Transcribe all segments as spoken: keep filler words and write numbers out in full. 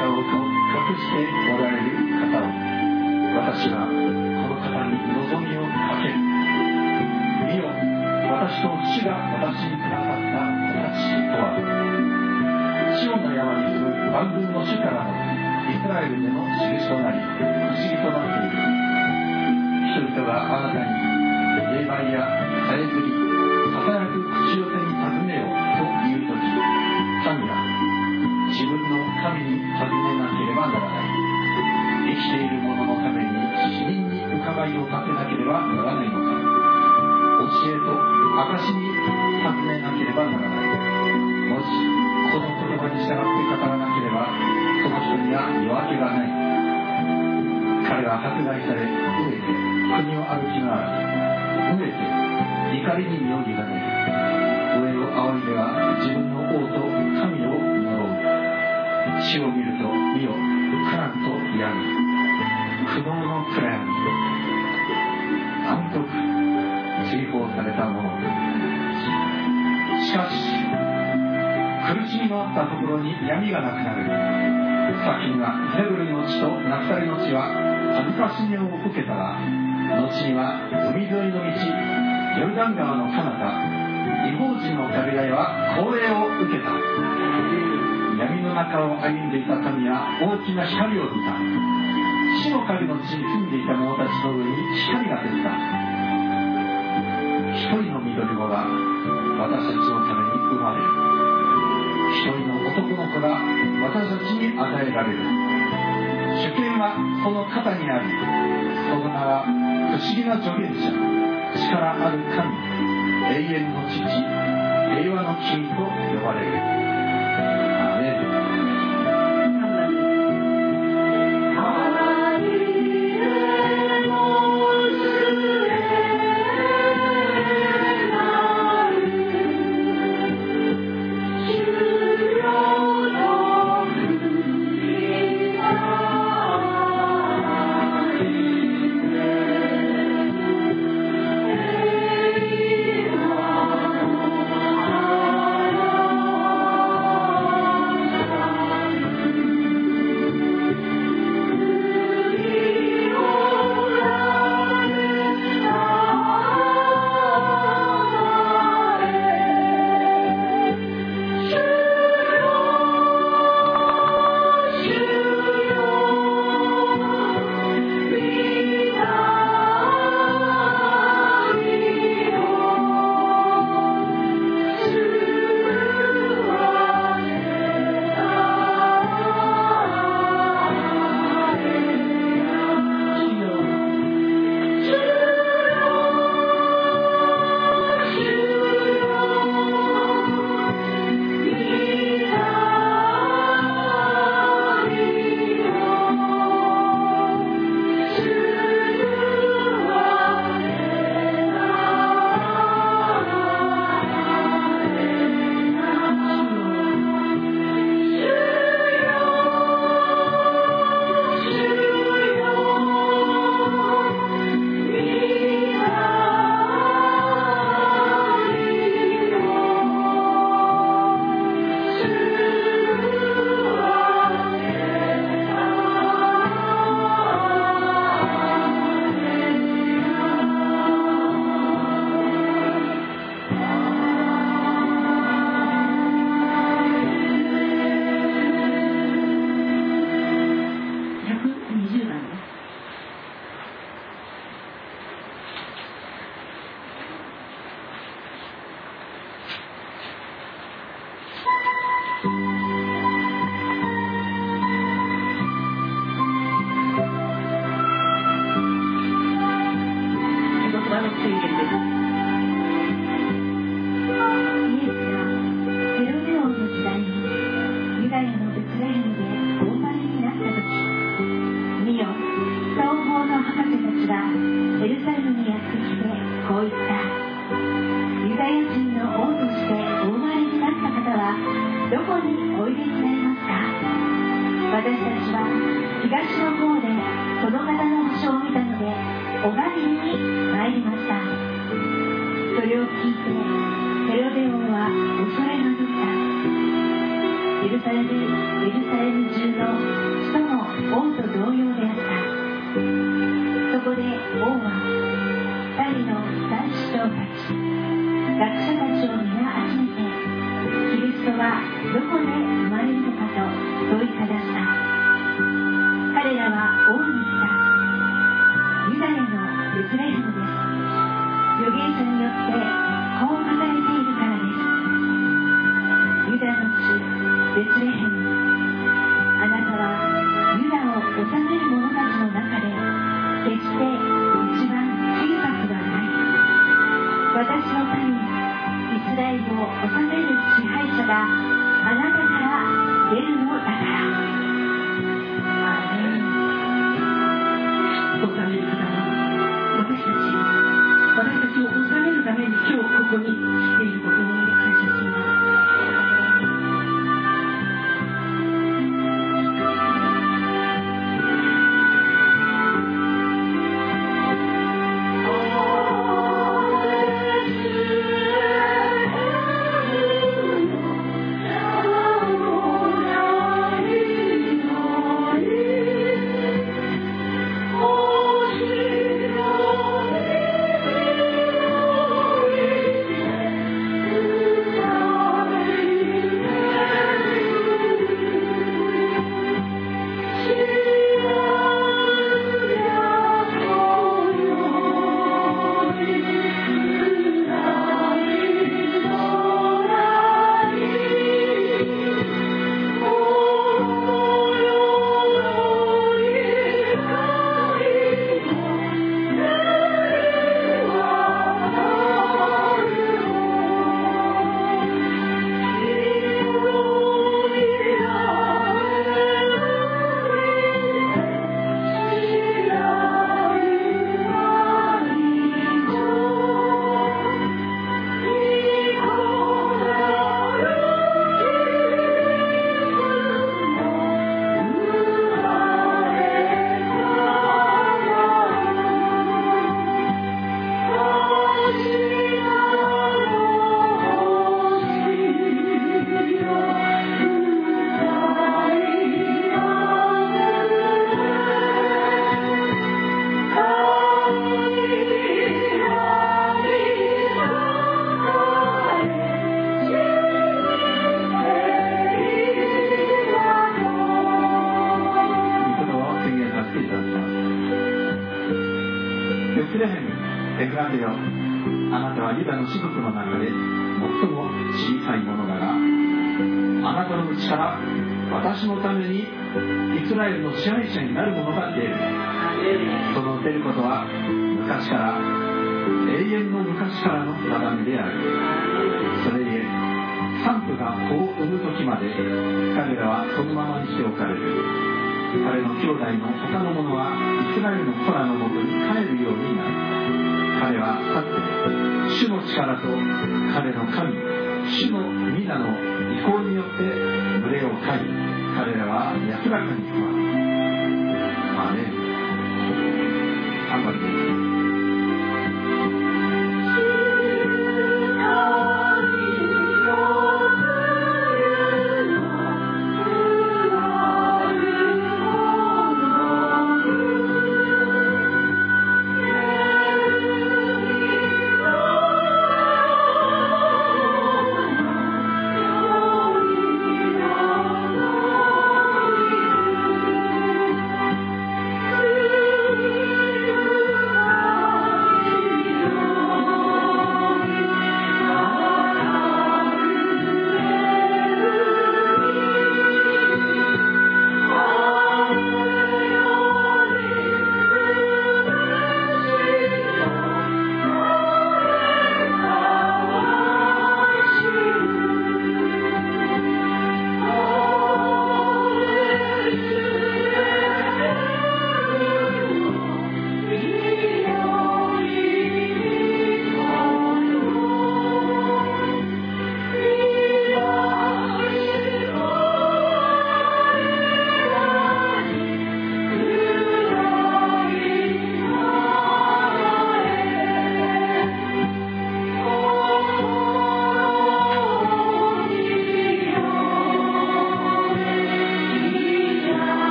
顔を隠しておられる方を、私はこの方に望みをかける。見よ、私と主が私にくださった子たちとは、シオンの山に住む万軍の主からのイスラエルでの印となり、不思議となっている。人々があなたに霊媒やさえずり、ささやく口寄せに尋ねよというとき、神が自分の神に尋ねなければならない。生きている者のために死人に伺いをかけなければならないのか。教えと証に尋ねなければならない。もしこの言葉に従って語らなければ、その人には夜明けがない。彼は迫害され、飢えて国を歩きながら、飢えて怒りに身を委ねる。上を仰いでは自分の王と神を呪う。地を見ると見よ、苦難と闇、苦悩の暗闇、安徳、追放されたもの。しかし苦しみのあったところに闇がなくなる。先にはゼブルの地とナフタリの地は恥ずかしめを受けたが、後には海沿いの道、ヨルダン川の彼方、異邦人の旅来は光栄を受けた。闇の中を歩んでいた民は大きな光を見た。死の影の地に住んでいた者たちの上に光が出た。一人の緑子が私たちのために生まれる。一人の男の子が私たちに与えられる。主権はその肩にあり、その名は不思議な助言者、力ある神、永遠の父、平和の君と呼ばれる。アーメン。 ユエルサレム、エルサレム中の首都の王と同様であった。そこで王は民の祭司長たち、学者たちを皆集めて、キリストはどこで生まれるのかと問いただした。彼らは王に言った。ユダヤのベツレヘムです。預言者によってこう語られているからです。ユダの地ベツレヘム、あなたはユダを治める者たちの中で決して一番小さくはない。私の民イスラエルを治める支配者があなたから出るのだから。アーメン。治める方は私たち私たちを治めるために今日ここに来ていることを感謝します。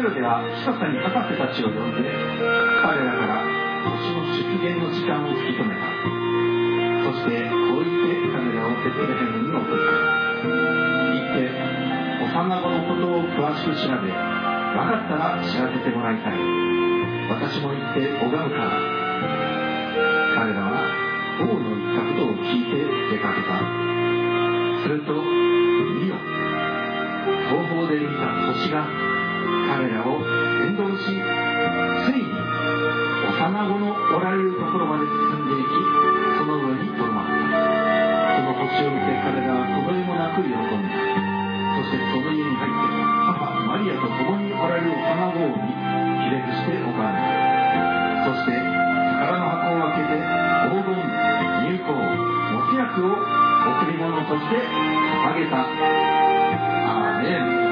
ヘロデは密かに博士たちを呼んで、彼らから星の出現の時間を突き止めた。そしてこう言って彼らをベツレヘムに送った。行って幼子のことを詳しく調べ、分かったら知らせてもらいたい。私も行って拝むから。彼らは王の言ったことを聞いて出かけた。すると見よ、東方で見た星が彼らを先導し、ついに幼子のおられるところまで進んでいき、その上にとどまった。その星を見て彼らはこの世もなく喜んだ。そしてその家に入って母マリアと共におられる幼子を見、ひれ伏して拝んだ。そして宝の箱を開けて黄金、乳香、もつ薬を贈り物として捧げた。アーメン。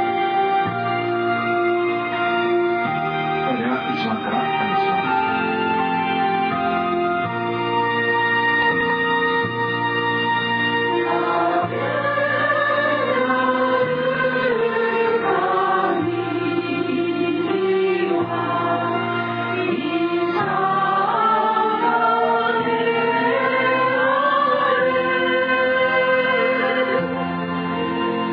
それでは一番から賛美します。 「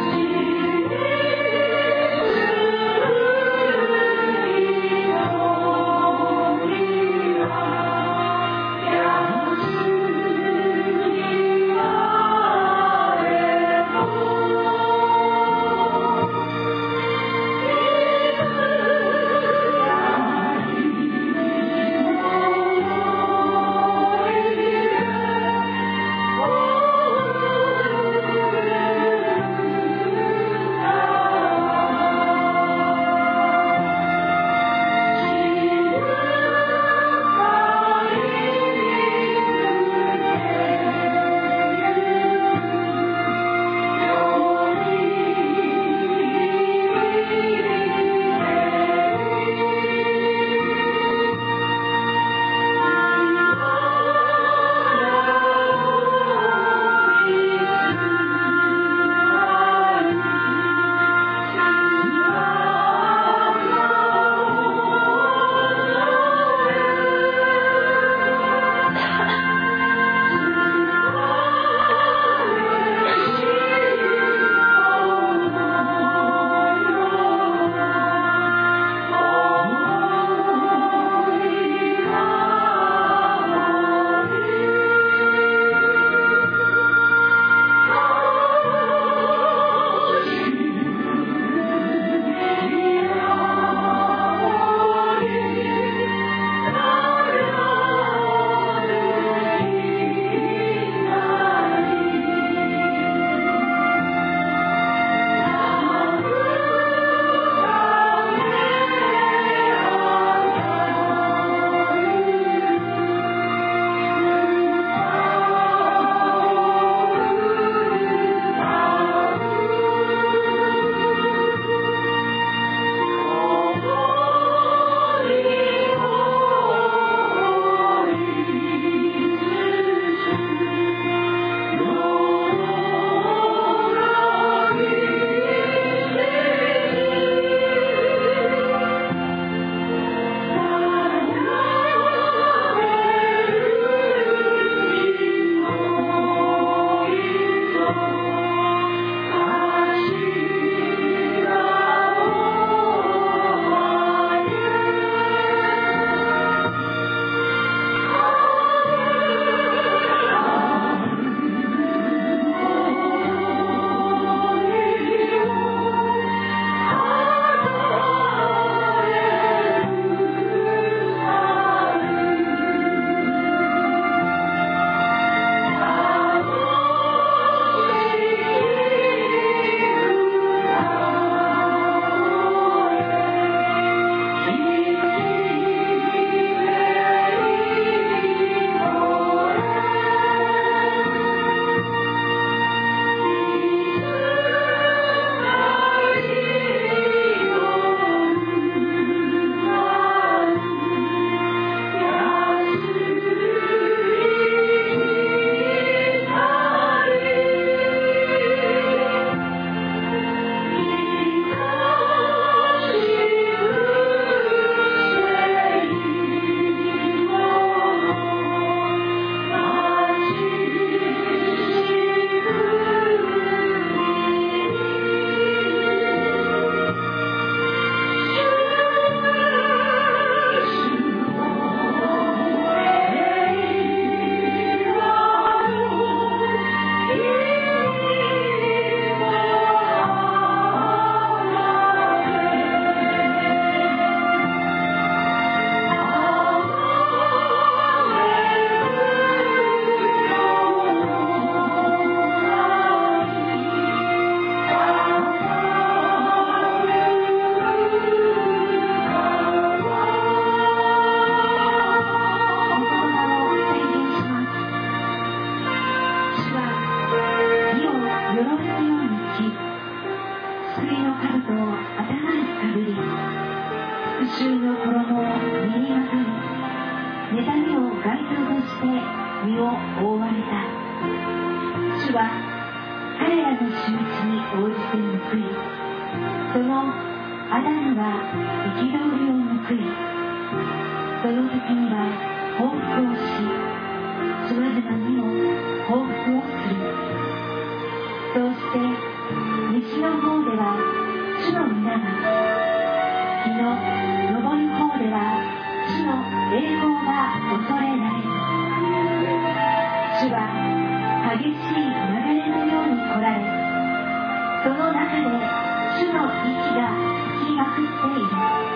主は彼らの仕打ちに応じて報い、そのアダムは憤りを報い、その時には報復をし、島々にも報復をする。そうして西の方では主の皆が、日の昇る方では主の栄光が恐れられる。主は激しい流れのように来られ、その中で主の息が吹きまくっている。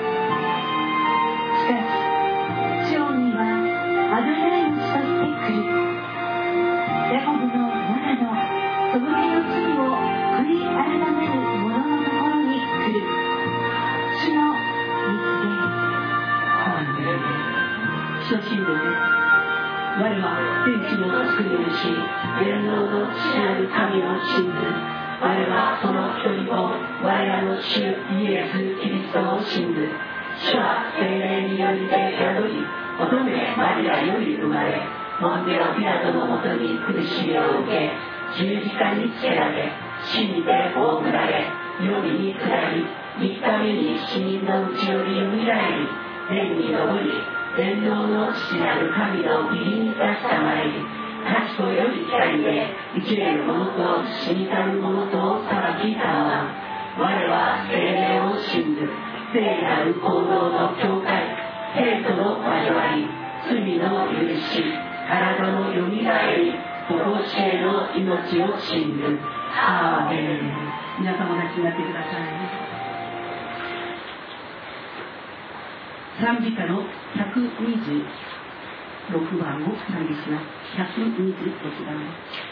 しかしシオンにはアドナイの地として来る。ヤコブの中の背きの罪を悔い改める者のところに来る。主の蜜源。 主の神道です。我は天地の作り主、全能の父なる神を信ず。我はその一人子、我らの主イエス・キリストを信ず。主は聖霊によりて宿り、乙女マリアより生まれ、ポンテオ・ピラトのもとに苦しみを受け、十字架につけられ、死にて葬られ、夜に下り、三日目に死人のうちよりよみがえり、天に昇り、全能の父なる神の右に立ったまえり、立ちとより光で生きれる者と死にたる者とを裁きたわ。我は聖霊を信ず、聖なる行動の教会、聖徒の交わり、罪の許し、体のよみがえり、常しえの命を信ず。アーメン。皆様立ちになってください。賛美歌のひゃくにじゅうろくばんを賛美します。ひゃくにじゅうろくばん。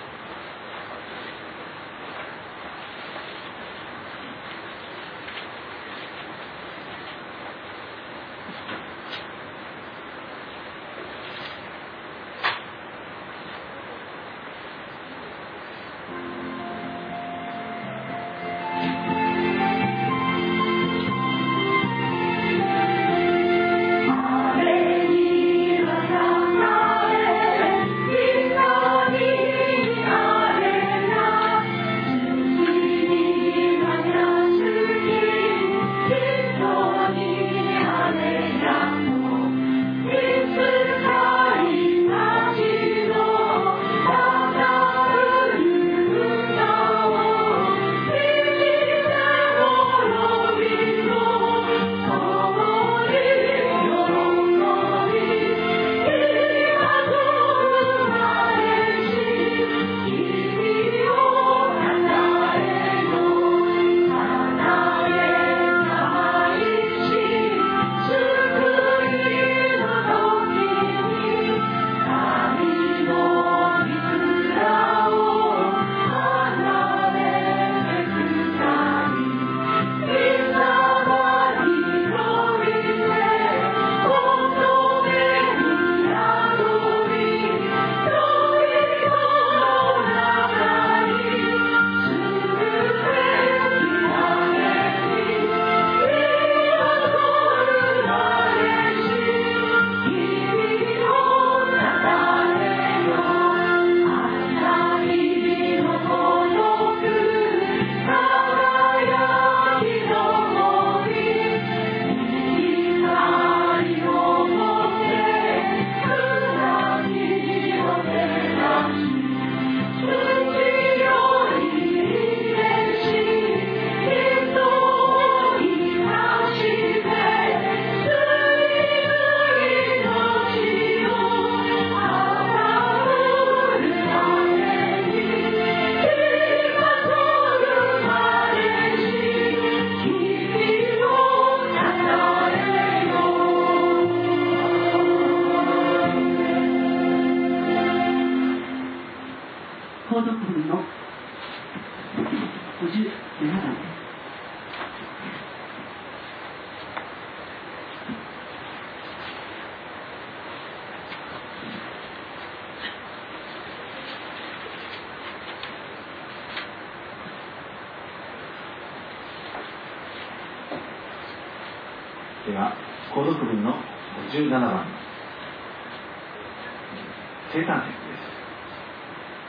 では購読文のごじゅうななばん、生誕節です。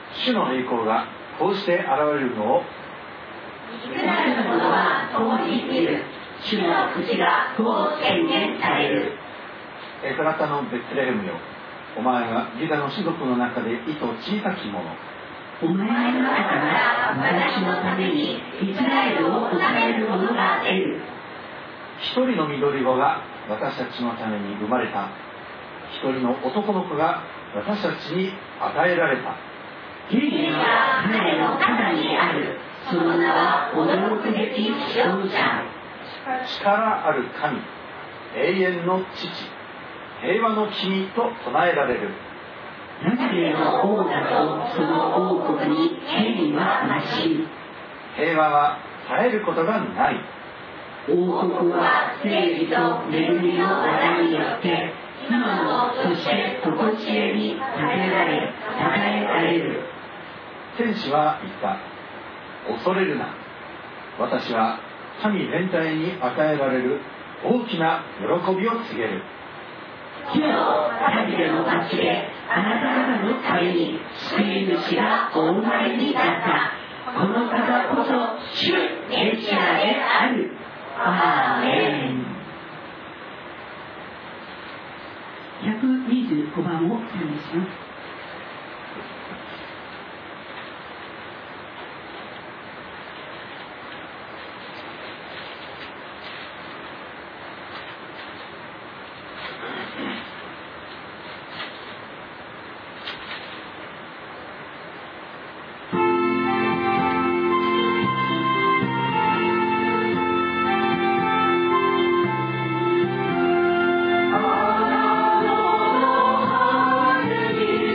主の栄光がこうして現れるのを見下る者は共に見る。主の口がこう宣言される。 エフラタのベツレヘムよ、お前はユダの種族の中で意図小さき者。 お前の中から私のためにイスラエルを治める者が出る。 一人の緑子が私たちのために生まれた。一人の男の子が私たちに与えられた。 権威は彼の肩にある。その名は驚くべき勝者。 力ある神、永遠の父、平和の君と唱えられる。 ナザレの王だとその王国に権威は増し、 平和は絶えることがない。 王国は正義と恵みの技によって今もそして常しえに立てられ称えられる。 天使は言った。恐れるな。私は神全体に与えられる大きな喜びを告げる。 今日ダビデの町であなた方のために救い主がお生まれになった。この方こそ主メシアである。アーメン。ひゃくにじゅうごばんを賛美します。 あなたの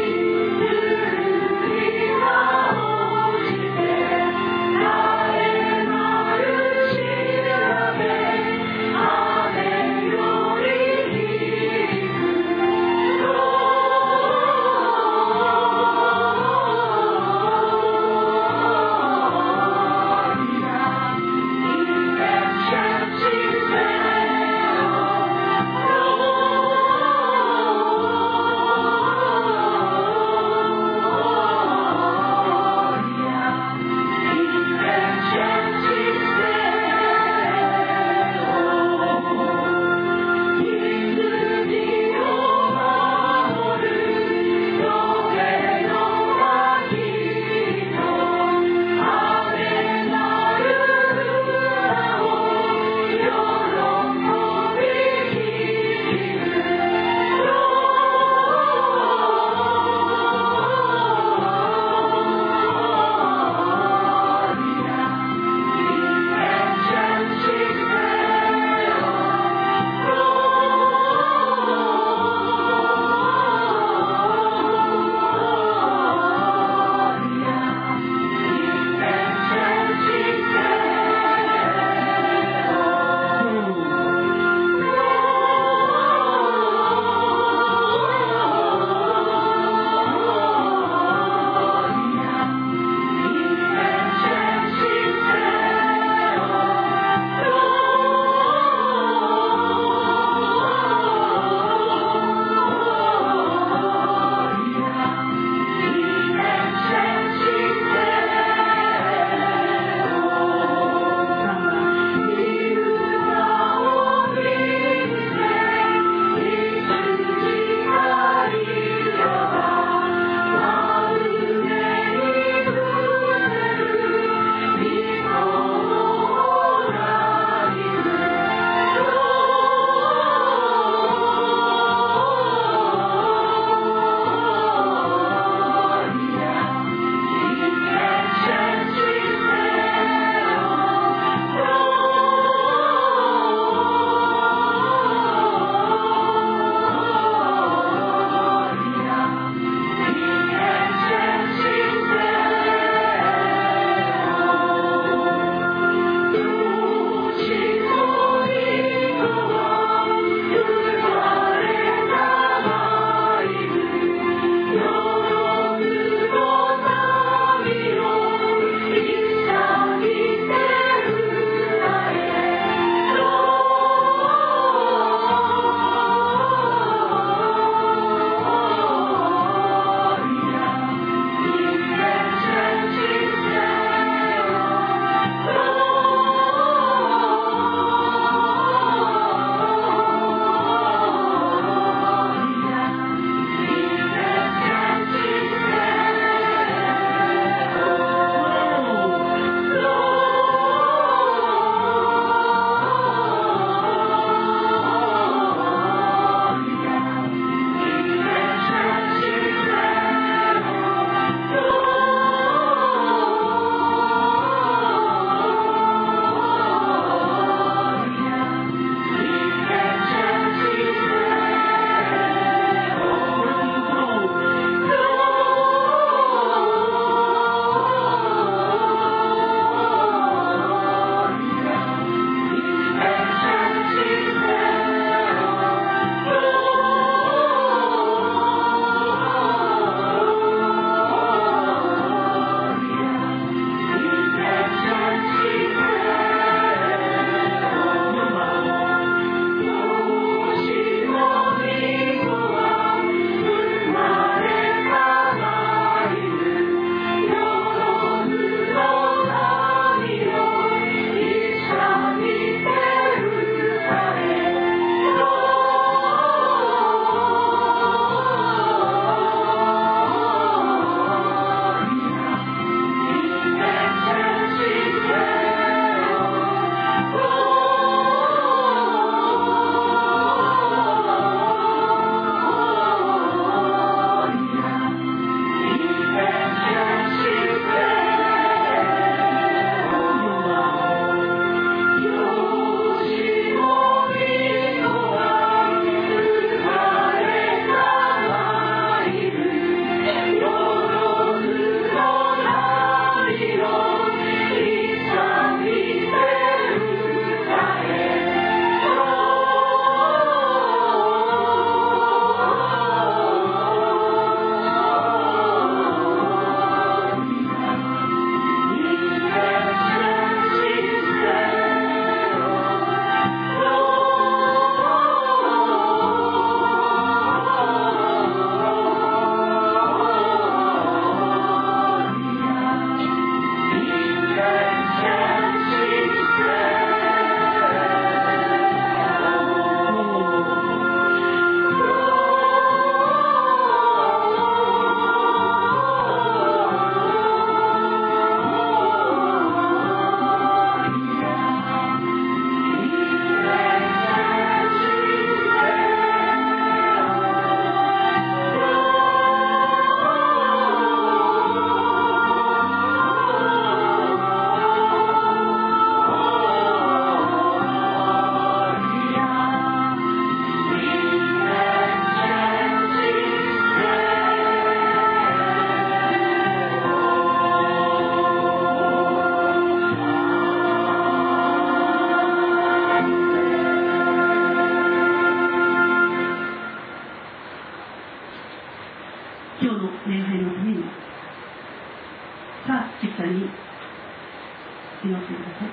さあ、実際に祈ってください。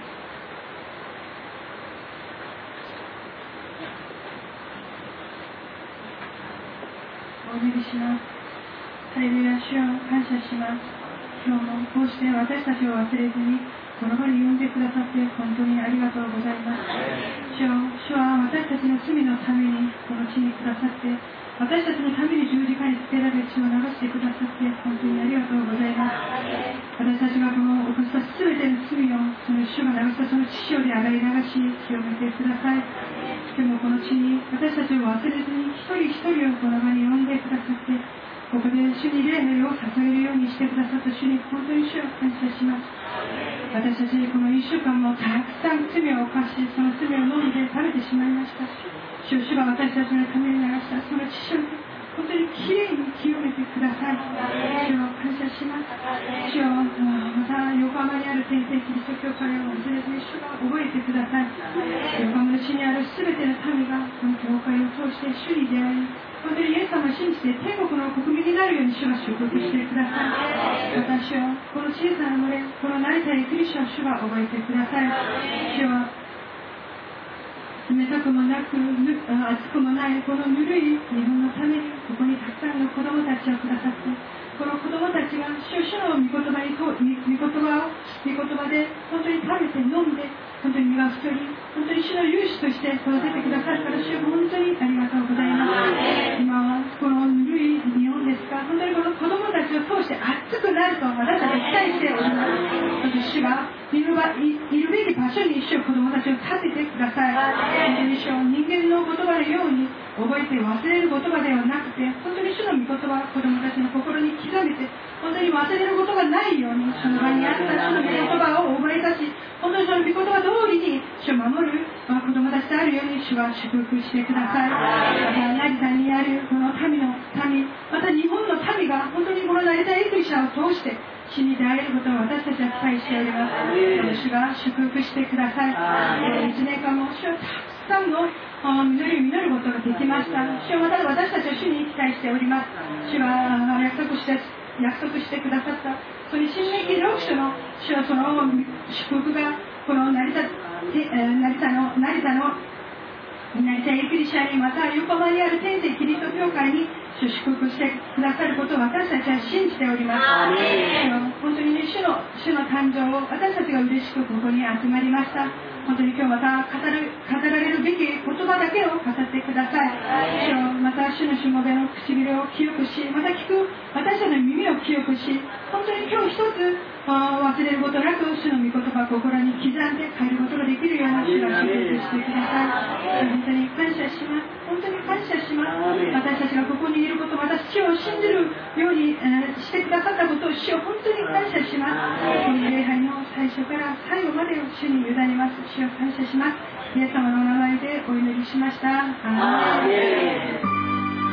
お祈りします。ハレルヤ、主を感謝します。今日もこうして私たちを忘れずにこの場に呼んでくださって本当にありがとうございます。主よ、主は私たちの罪のためにこの地にくださって、私たちのために十字架につけられ血を流してくださって本当にありがとうございます。私たちがこの犯したすべての罪をその主が流したその血潮で洗い流し清めてください。今日もこの地に私たちを忘れずに一人一人をこの場に呼んでくださって、ここで主に礼拝を捧げるようにしてくださった主に本当に主を感謝します。私たちこのいっしゅうかんもたくさん罪を犯し、その罪を飲んで食べてしまいました。主主が私たちのために流したその血潮で本当にきれいに清めてください。主を感謝します。主をまた横浜にある天聖キリスト教会を忘れずに主が覚えてください。横浜の地にあるすべての民がこの教会を通して主に出会い、本当にイエス様を信じて天国の国民になるように主が祝福してください。私はこの小さな群れ、この成田へ来る主を主が覚えてください。主は冷たくもなく熱くもないこのぬるい日本のためにここにたくさんの子供たちをくださって、この子供たちが主の御言葉に御言葉を御言葉で本当に食べて飲んで本当に身が太り、本当に主の勇士として育ててくださるから主本当にありがとうございます。今はこのぬるい日本ですが、本当にこの子供たちを通して熱くなると私たち期待しております。そして主がいるばいるべき場所に主を子供たちを立ててください。本当に主を人間の言葉のように覚えて忘れる言葉ではなくて、本当に主の御言葉を子供たちの心に刻めて、本当に忘れることがないようにその場にあった主の御言葉を覚え出し、本当にその御言葉通りに主を守る子供たちであるように主は祝福してください。また成田にあるこの民の民、また日本の民が本当にこの成田エクリシャを通して死に出会えることを私たちは期待しております。主が祝福してください。いちねんかんも主はたくさんの実りを実ることができました。主はまた私たちは主に期待しております。主は約束して約束してくださったその新明記ろく章の主はその祝福がこの成田成田の成田の成田エクリシャに、また横浜にある天聖キリスト教会に祝福してくださることを私たちは信じております。本当に、ね、主の主の誕生を私たちが嬉しくここに集まりました。本当に今日また語る語られるべき言葉だけを語ってください。主をまた主のしもべの唇を清くし、また聞く私たちの耳を清くし、本当に今日一つ忘れることなく主の御言葉を心に刻んで変えることができるような主が祝福してください。本当に感謝します。本当に感謝します。私たちがここにいること、また主を信じるように、えー、してくださったことを主を本当に感謝します。この礼拝の最初から最後までを主に委ねます。主を感謝します。イエス様のお名前でお祈りしました。アーメン。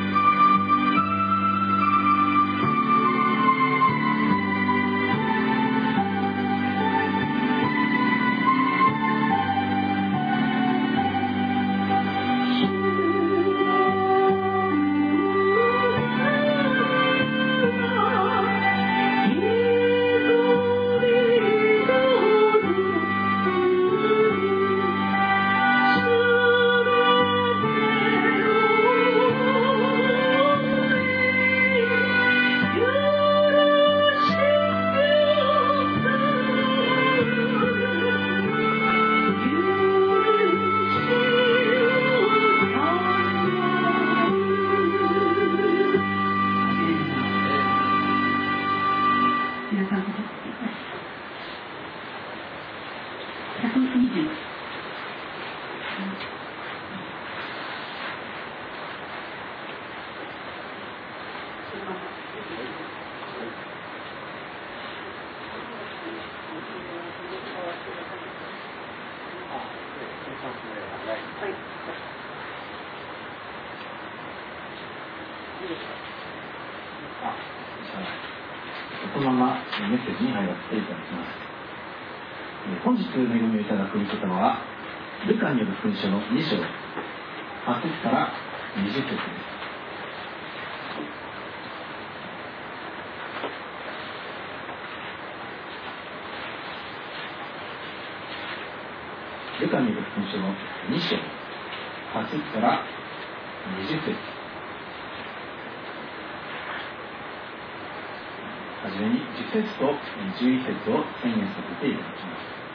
このままメッセージに入らせていただきます。本日恵みをいただく御言葉はルカによる福音書のに章はち節からにじゅっ節です。 ルカによる福音書のに章はち節からにじゅっ節、はじめにじゅっ節とじゅういち節を宣言させていただきます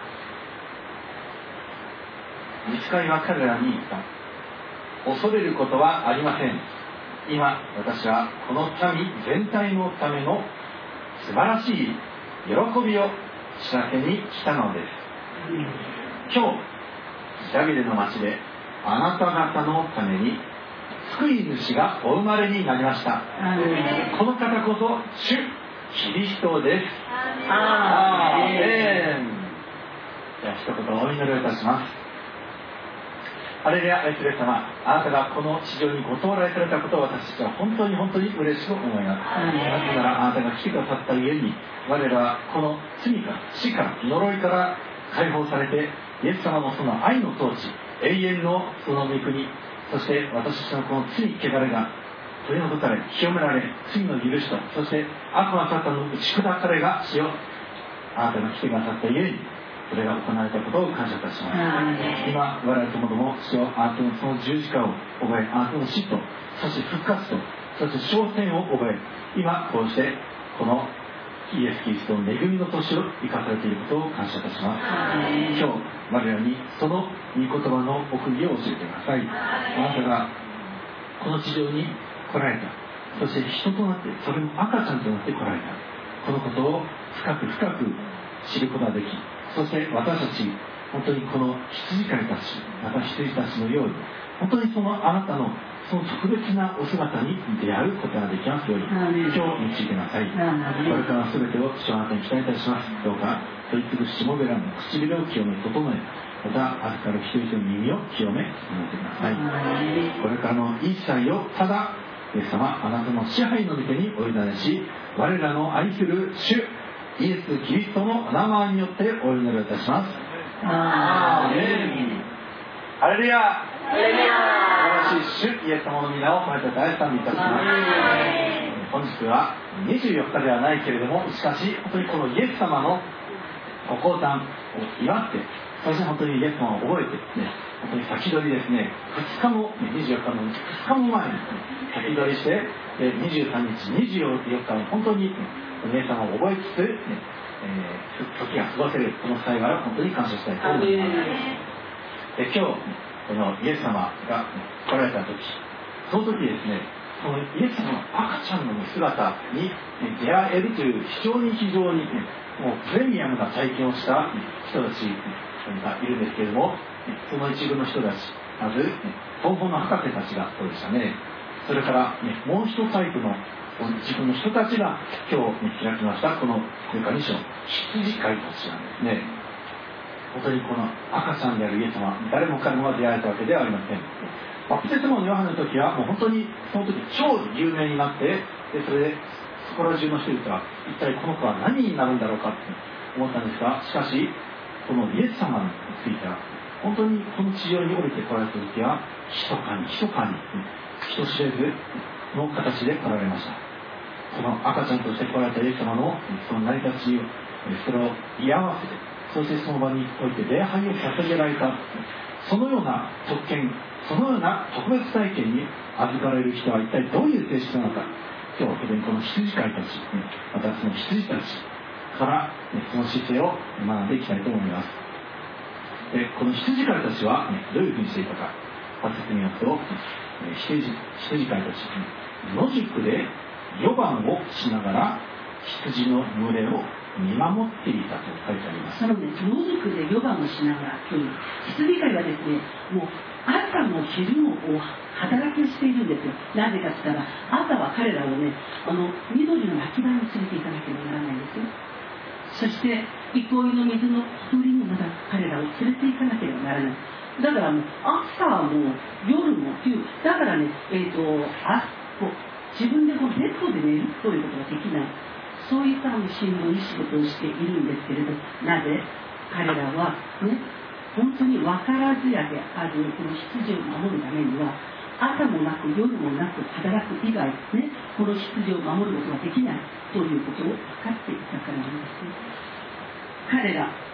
。御使いは彼らに言った。恐れることはありません。今私はこの民全体のための素晴らしい喜びを知らせに来たのです。今日ダビデの町であなた方のために救い主がお生まれになりました。この方こそ主キリストです。アーメン。では一言お祈りをいたします。ハレルヤ、愛する様、あなたがこの地上にご到来されたことを私たちは本当に本当に嬉しく思います。なぜならあなたが来てくださったゆえに、我らはこの罪から死から呪いから解放されて、イエス様のその愛の統治、永遠のその御国、そして私たちのこの罪汚れが取り除かれ、清められ、罪の許しと、そして悪魔サタンの打ち砕かれがしよう。あなたが来てくださったゆえに、それが行われたことを感謝いたします。今我々ともども主よ、あなたのその十字架を覚え、あなたの死と、そして復活と、そして昇天を覚え、今こうしてこのイエス・キリストの恵みの年を生かされていることを感謝いたします。今日我らにその御言葉の奥義を教えてください。あなたがこの地上に来られた、そして人となって、それも赤ちゃんとなって来られた、このことを深く深く知ることができ、そして私たち本当にこの羊飼いたち、また羊たちのように、本当にそのあなたのその特別なお姿に出会うことができますように、今日導いてください。これから全てを主あなたに期待いたします。どうか取り次ぐしもべらの唇を清め整え、また預かる一人一人の耳を清め整えてください。これからの一切をただイエス様あなたの支配の御手にお委ねし、我らの愛する主イエス・キリストの名前によってお祈りいたします。アーメン。ハレルヤ。ハレルヤ。素晴らしい主イエス様の皆を褒めて大賛美いたします。本日はにじゅうよっかではないけれども、しかし本当にこのイエス様のご降誕を祝って、そして本当にイエス様を覚えて、ね、本当に先取りですね、ふつかもにじゅうよっかのふつかも前に先取りして、にじゅうさんにちにじゅうよっかを本当にイエス様を覚えつつ、ねえー、時が過ごせるこの幸いを本当に感謝したいと思います。で今日このイエス様が来られた時、その時ですね、そのイエス様の赤ちゃんの姿に出会えるという非常に非常に、ね、もうプレミアムな体験をした人たちがいるんですけれども、その一部の人たち、まず、ね、東方の博士たちがそうでしたね。それから、ね、もう一タイプの自分の人たちが今日、ね、開きましたこのルカに章、羊飼いたちなんですね。本当にこの赤ちゃんであるイエス様、誰も彼もが出会えたわけではありません。バプテスマのヨハネの時はもう本当にその時超有名になって、でそれでそこら中の人々は一体この子は何になるんだろうかって思ったんですが、しかしこのイエス様については本当にこの地上に降りて来られた時は密かに密かに人知れずの形で来られました。その赤ちゃんとして来られたイエス様のその成り立ちを、それを居合わせて、そしてその場において礼拝を捧げられた、そのような特権、そのような特別体験に預かれる人は一体どういう性質なのか、今日はこの羊飼いたち、またその羊たちから、ね、その姿勢を学んでいきたいと思います。でこの羊飼いたちは、ね、どういうふうにしていたか、はち節によると、羊, 羊飼いたち、野宿で予番をしながら羊の群れを見守っていたと書いてあります。 なので野宿で予番をしながらという羊飼いはですね、もう朝も昼も働きをしているんですよ。なぜかと言ったら、朝は彼らをね、あの緑の牧場に連れて行かなければならないんですよ。そして憩いの水のほとりにまた彼らを連れて行かなければならない。だからもう朝も夜も冬だからね、えーとあこう自分でこうベッドで寝るということができない、そういったしんどい仕事をしているんですけれど、なぜ彼らはね、本当に分からずやであるこの羊を守るためには、朝もなく夜もなく働く以外ね、この羊を守ることができないということを分かっていたからなんですね。彼ら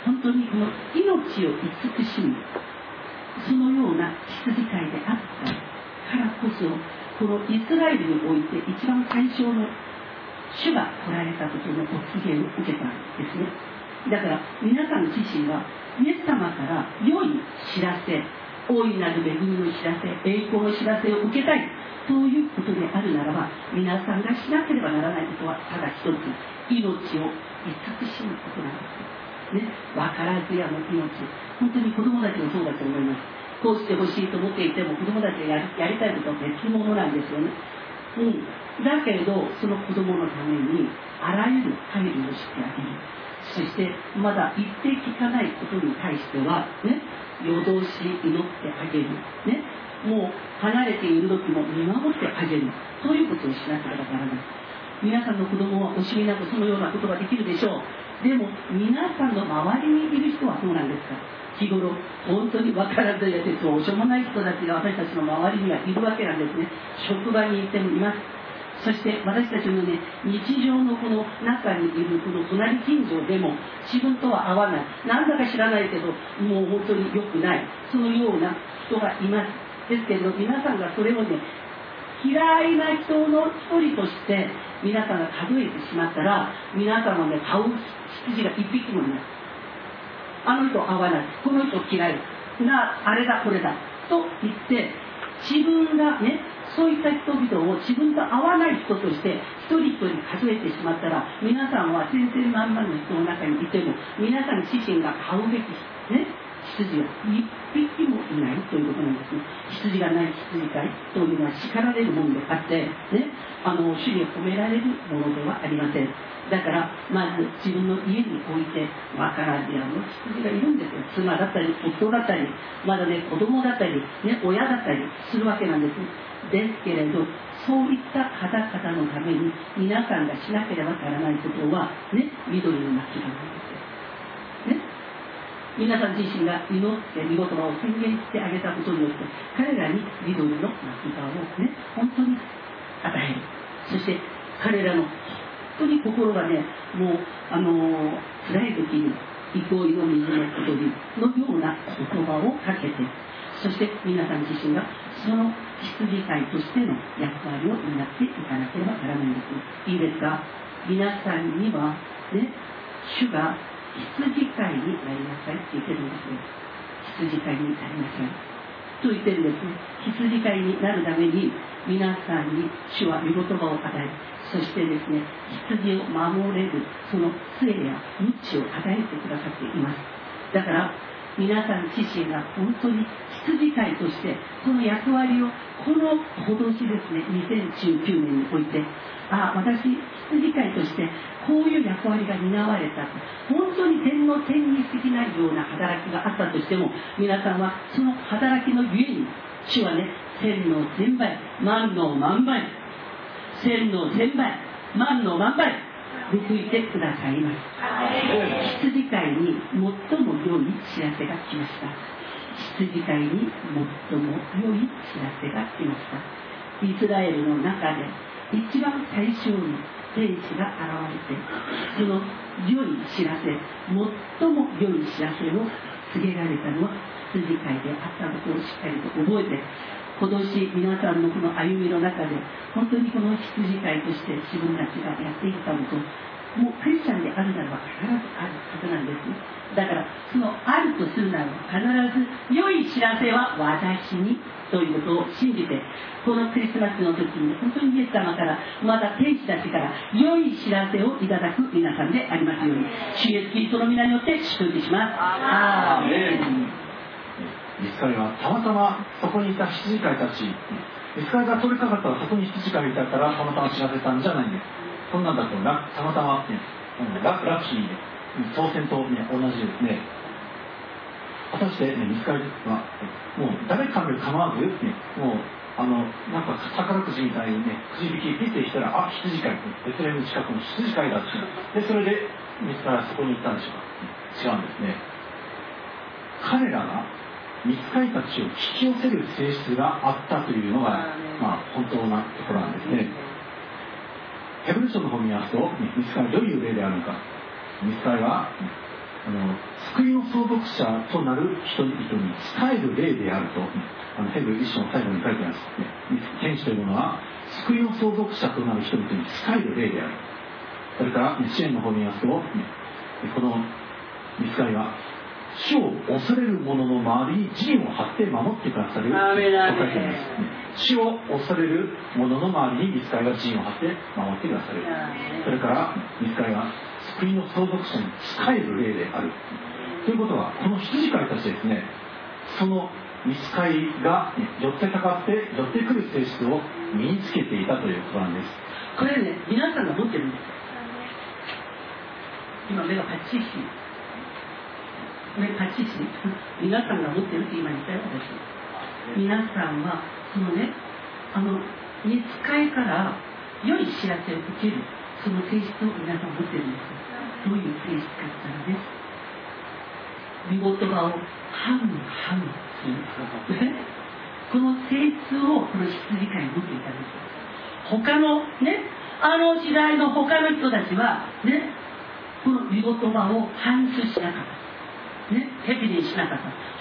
本当にこの命を慈しむそのような羊飼いであったからこそ、このイスラエルにおいて一番最初の主が来られた時のお告げを受けたんですね。だから皆さん自身はイエス様から良い知らせ、大いなる恵みの知らせ、栄光の知らせを受けたいということであるならば、皆さんがしなければならないことはただ一つ、命を慈しむことなんですね。分からずやの命、本当に子供たちもそうだと思います。こうしてほしいと思っていても子供たちがやり、やりたいことは別物なんですよね。うん、だけれどその子供のためにあらゆる配慮をしてあげる。そしてまだ言って聞かないことに対してはね、夜通し祈ってあげる、ね、もう離れている時も見守ってあげる、そういうことをしなければならない。皆さんの子供は惜しみなくそのようなことができるでしょう。でも皆さんの周りにいる人はどうなんですか。日頃本当に分からずやですおしょうもない人たちが私たちの周りにはいるわけなんですね。職場にいてもいます。そして私たちのね、日常のこの中にいるこの隣近所でも自分とは合わない、なんだか知らないけどもう本当に良くない、そのような人がいます。ですけれど皆さんがそれをね、嫌いな人の一人として皆さんが数えてしまったら、皆さんのね、飼う羊が一匹もいない。あの人合わない、この人嫌いな、あれだこれだと言って自分がね、そういった人々を自分と合わない人として一人一人数えてしまったら、皆さんは千千万万の人の中にいても皆さん自身が飼うべきね、羊は一匹もいないということなんですね。羊がない羊飼いというのは叱られるものであって、ね、あの主に褒められるものではありません。だからまず自分の家に置いてわからずやの羊がいるんですよ。妻だったり夫だったり、まだね子供だったり、ね、親だったりするわけなんです。ですけれど、そういった方々のために皆さんがしなければならないことはね、緑の牧場なんですよ。ね、皆さん自身が祈って御言葉を宣言してあげたことによって彼らに緑の牧場をね、本当に与える。そして彼らの本当に心がね、もうあのー、辛い時に憩いの水のほとりのような言葉をかけて、そして皆さん自身がその羊飼いとしての役割を担っていかなければならないんです。いいですか。皆さんにはね、主が羊飼いになりなさいって言ってるんですよ。羊飼いになりなさいと言ってるんですね。羊飼いになるために皆さんに主は御言葉を与え、そしてですね、羊を守れるその杖や鞭を与えてくださっています。だから皆さん自身が本当に羊飼いとしてこの役割をこの今年ですね、にせんじゅうきゅうねんにおいて、ああ私羊飼いとしてこういう役割が担われた、本当に天の天に過ぎないような働きがあったとしても、皆さんはその働きのゆえに主はね、千の千倍万の万倍、千の千倍万の万倍報いてくださいます。羊飼いに最も良い知らせが来ました。羊飼いに最も良い知らせが来ました。イスラエルの中で一番最初に天使が現れて、その良い知らせ、最も良い知らせを告げられたのは羊飼いであったことをしっかりと覚えて、今年皆さんのこの歩みの中で本当にこの羊飼いとして自分たちがやっていったこと、もうクリスチャンであるならば必ずあるはずなんです。だからそのあるとするならば必ず良い知らせは私にということを信じて、このクリスマスの時に本当にイエス様からまた天使たちから良い知らせをいただく皆さんでありますように、主イエスキリストの皆によって祝福します。アーメン。 イスカリはたまたまそこにいた羊飼いたち、イスカリが通りかかったらそこに羊飼いがいたからたまたま知らせたんじゃないんです。そんなんだとラたまたま、ね、ラ, ラッキーで当選と、ね、同じですね。果たして、ね、イスカリはもう誰かに構わず、ね、もうあのなんか宝くじみたいにね、くじ引きピッてしたら、あ、羊飼い、ベツレヘム近くの羊飼いだって、でそれでイスカリはそこに行ったんでしょうか。違うんですね。彼らが御使いたちを引き寄せる性質があったというのが、まあ、本当なところなんですね。ヘブル書の方を見ますと、御使いどういう例であるのか。御使いはあの救いの相続者となる人々に仕える霊であると、あのヘブル一章の最後に書いてありますね。天使というものは救いの相続者となる人々に仕える霊である。それから支援の方を見ますと、この御使いは主を恐れる者の周りに陣を張って守ってくださると書いてあります。主を恐れる者の周りに御使いが陣を張って守ってくださる。それから御使いは救いの相続者に仕える霊であるということは、この羊飼いたちですね、その御使いが寄ってかかって寄ってくる性質を身につけていたということなんです。 これね、皆さんが持ってるんですよ。今目がパッチリし目パッチリし皆さんが持ってるって今言ったよ、私。皆さんはそのね、あの御使いから良い知らせを受けるその性質を皆さん持ってるんですよ。どういう性質かって言ったらね、御言葉をハムハムするこの性質をこの羊飼いに持っていたんですよ。他のね、あの時代の他の人たちはね、この御言葉を反芻しなかったね、ヘビリンしなかった。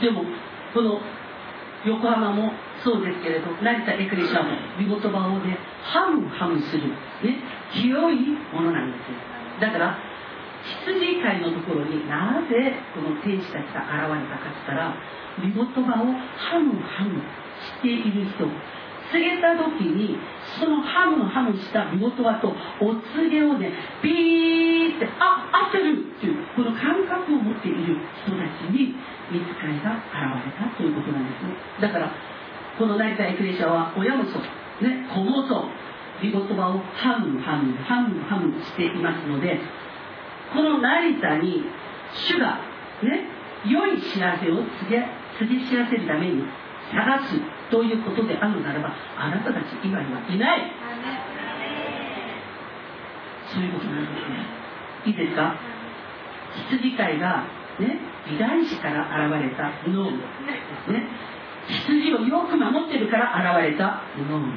でもこの横浜もそうですけれど、成田エクレシアも御言葉をね、ハムハムするね、清いものなんですよ。だから羊飼いのところになぜこの天使たちが現れたかって言ったら、御言葉をハムハムしている人、告げた時にそのハムハムした御言葉とお告げをね、ビーってあ合ってるっていうこの感覚を持っている人たちに御使いが現れたということなんですね。だからこの成田エクレシアは親もそうね、子もそう、御言葉をハムハムハムハムしていますので、この成田に主がね、良い知らせを告げ告げ知らせるために探すということであるならば、あなたたち以外はいない。そういうことなんですね。いいですか。羊飼いがね、美大師から現れたノームですね。羊をよく守ってるから現れたノーム、ね、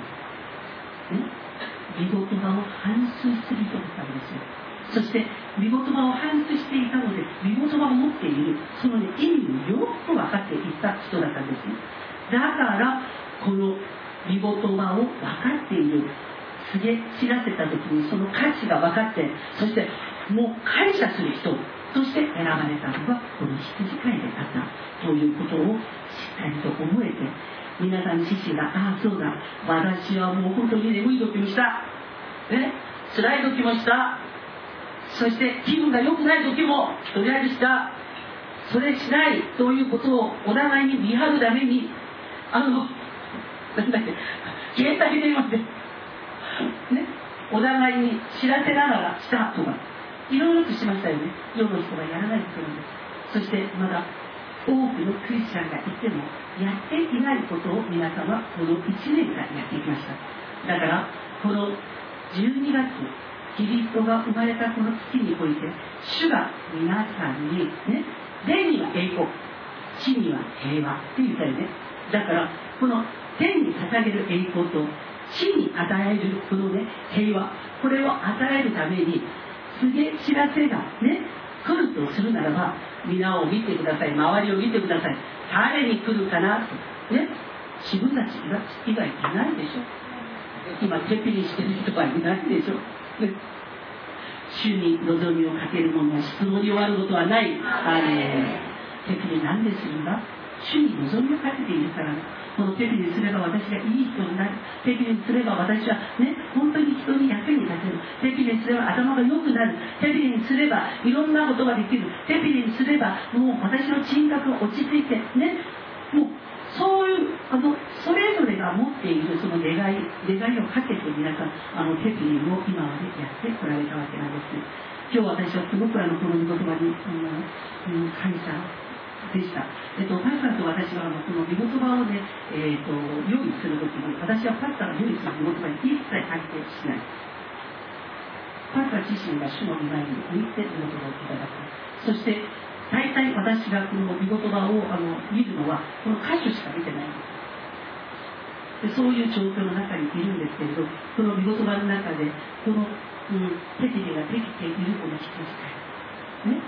御言葉を反芻する人だったんですよ。そして御言葉を反芻していたので、御言葉を持っているその、ね、意味をよく分かっていた人だったんですね。だからこの御言葉を分かっている、告げ知らせた時にその価値が分かって、そしてもう感謝する人として選ばれたのがこの羊飼いであったということをしっかりと覚えて、皆さん自身が、ああそうだ、私はもう本当に眠い時もした、ね、辛い時もした、そして気分が良くない時もとりあえずした、それしないということをお互いに見張るために、あのなんだっけ、携帯電話で、ね、お互いに知らせながらしたとかいろいろとしましたよね。世の人がやらないことなんです。そしてまだ多くのクリスチャンがいてもやっていないことを皆さんはこのいちねんかんやっていきました。だからこのじゅうにがつ、キリストが生まれたこの月において、主が皆さんにね、天には栄光、地には平和って言ったよね。だからこの天に捧げる栄光と地に与えるこのね、平和、これを与えるために告げ知らせがね、来るとするならば、皆を見てください、周りを見てください。誰に来るかなとね、自分たち以外いないでしょ。今手ピリしてる人はいないでしょ、ね、主に望みをかける者は質問に終わることはない。あれ手ピリなんでするんだ。主に望みをかけているからね。この手ピリすれば私がいい人になる。手ピリすれば私はね、本当に人に役に立てる。手ピリすれば頭が良くなる。手ピリにすればいろんなことができる。手ピリにすればもう私の人格が落ち着いてね、もうそういうあのそれぞれが持っているその願い願いをかけて皆さんあの手ピリを今までやってこられたわけなんです。今日私はすごくあのこの御言葉にあの、うん、感謝でした。えっと、パスターと私はあのこの御言葉をね、えっと、用意するときに、私はパスターが用意する御言葉に一切関係しない。パスター自身が主の御前に置いて御言葉をいただく。そして大体私がこの御言葉をあの見るのはこの箇所しか見てないんです。でそういう状況の中にいるんですけれど、この御言葉の中でこの、うん、手切りができているこの羊飼い、ね、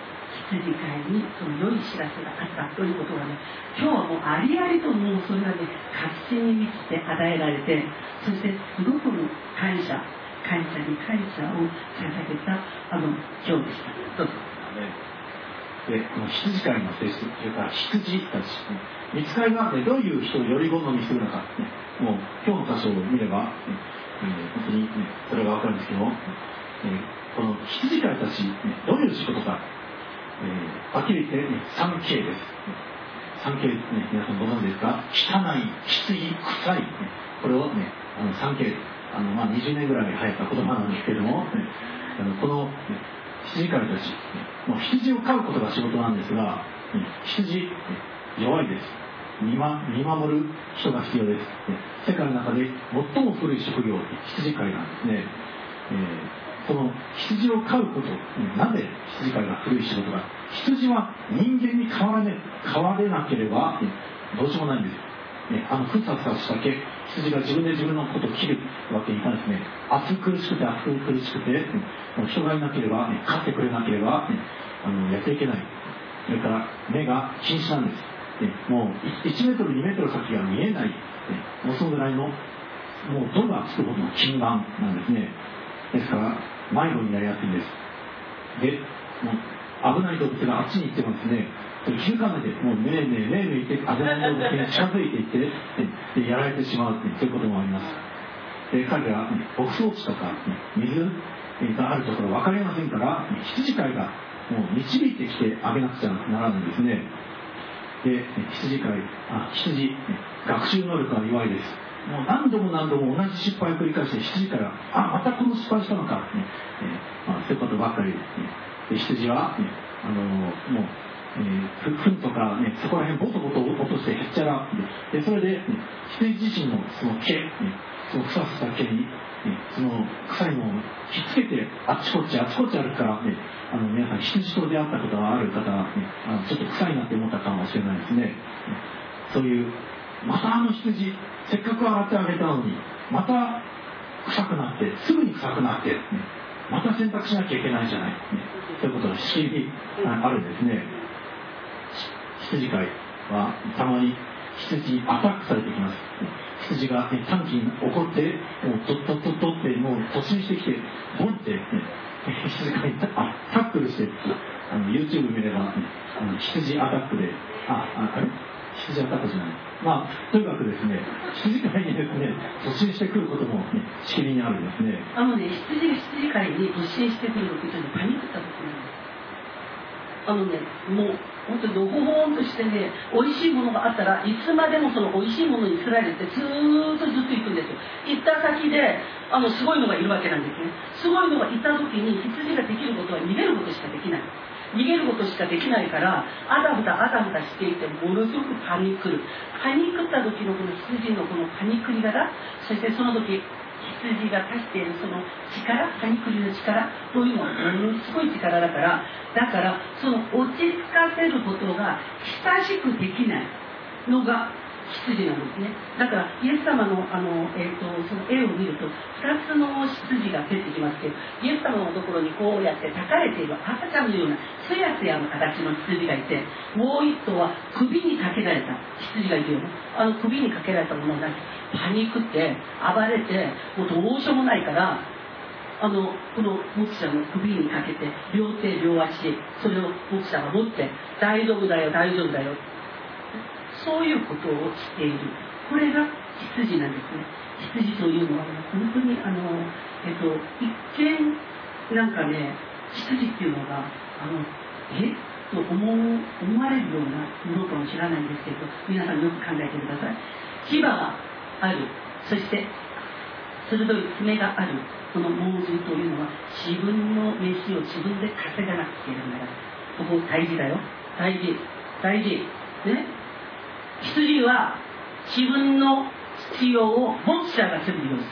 羊飼いにその良い知らせがあったということがね、今日はもうありありともうそれがね確信に満ちて与えられて、そしてすごく感謝感謝に感謝を捧げたあの今日でした。どうぞ。 でこの羊飼いの性質、それから羊たち、御使いが、ね、どういう人をより好みするのか、ね、もう今日の箇所を見れば、ねえー、本当に、ね、それが分かるんですけども、えー、この羊飼いたち、ね、どういう仕事か、えー、はっきり言って、ね、さんケー です。さんケー、ね、皆さんご存知ですか？汚い、きつい、臭い、ね、これを、ね、あの さんケー、あの、まあ、にじゅうねんぐらい流行った言葉なんですけれども、ね、あのこの、ね、羊飼いたち、もう羊を飼うことが仕事なんですが、羊、弱いです。見, ま、見守る人が必要です。世界の中で最も古い職業、羊飼いなんですね。えー、この羊を飼うこと、なぜ羊飼いが古い仕事か。羊は人間に変わらね、変われなければどうしようもないんです。あのふさふさした毛、羊が自分で自分のことを切るわけにいかないですね。暑苦しくて暑苦しくて、人がいなければ、ね、飼ってくれなければ、ね、あのやっていけない。それから目が禁止なんです。ね、もういちメートルにメートル先が見えない、ね、もうそのぐらいのもう度がつくほどの近眼なんですね。ですから迷子になりやすいんです。で、もう危ない動物があっちに行ってもですね、気づかないで、もうめいめいめいめい言って危ない動物に近づいていって、ね、でやられてしまうということもあります。で彼ら、ね、牧草地とか、ね、水があるところ分かりませんから、ね、羊飼いがもう導いてきてあげなくちゃならないんですね。で、羊飼い、あ、羊、学習能力が弱いです。もう何度も何度も同じ失敗を繰り返して、羊から、あ、またこの失敗したのか、ねえーまあ、そういうことばっかりですね。で羊は、ね、あのー、もう、えー、糞とか、ね、そこら辺ボトボト落としてへっちゃらで、それで、ね、羊自身のその毛、ね、そのふさふさ毛に、ね、その臭いのをひっつけてあっちこっちあっちこっち歩くからね、あの皆さん羊と出会ったことがある方は、ね、あのちょっと臭いなって思ったかもしれないですね。そういうまたあの羊せっかく洗ってあげたのにまた臭くなってすぐに臭くなって、ね、また洗濯しなきゃいけないじゃない、ね、そういうことが不思議にあるんですね。羊飼いはたまに羊にアタックされてきます。羊が、ね、短期に怒ってもうトットットットってもう突入してきてボンって、ね、羊飼いにタックルしてあの YouTube 見れば、ね、あの羊アタックであああれ羊アタックじゃない、まあとにかくですね羊飼いにですね突入してくることも、ね、しきりにあるんですね。 あのね羊が羊飼いに突進してくる時というのはパニックった時なんです。あのね、もう本当にのほほんとしてね、美味しいものがあったらいつまでもその美味しいものにつられてずーっとずっと行くんですよ。行った先であのすごいのがいるわけなんですね。すごいのがいた時に羊ができることは逃げることしかできない。逃げることしかできないからあたふたあたふたしていてものすごくパニクる。パニクった時のこの羊のこのパニクり方、そしてその時羊が出しているその力、パニクリの力というのはものすごい力だから、だからその落ち着かせることが親しくできないのが羊なんですね。だからイエス様の、あの、えーと、その絵を見るとふたつの羊が出てきますけど、イエス様のところにこうやって抱かれている赤ちゃんのようなつやつやの形の羊がいて、もう一頭は首にかけられた羊がいるよね。あの首にかけられたものがパニクって暴れてもうどうしようもないから、あのこの牧者の首にかけて両手両足それを牧者が持って大丈夫だよ大丈夫だよ、そういうことをしている。これが羊なんですね。羊というのは、ね、本当にあの、えっと、一見なんかね羊っていうのがあのえと思う思われるようなものかもしれないんですけど、皆さんよく考えてください。牙がある、そして鋭い爪があるこの猛獣というのは自分の飯を自分で稼がなくちゃいけないんだから、ここ大事だよ、大事大事ね。羊は自分の必要を牧者がするよう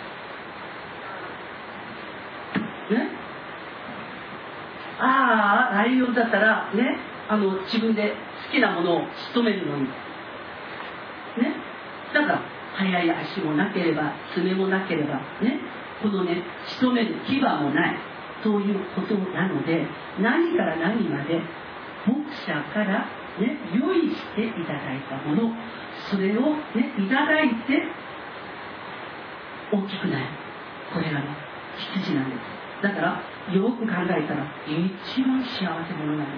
ですね。ああライオンだったらね、あの自分で好きなものを仕留めるのにね、だから速い足もなければ爪もなければね、このね仕留める牙もないということなので、何から何まで牧者から、ね、用意していただいたもの、それを、ね、いただいて大きくなる。これがね、羊なんです。だからよく考えたら一番幸せ者なんです。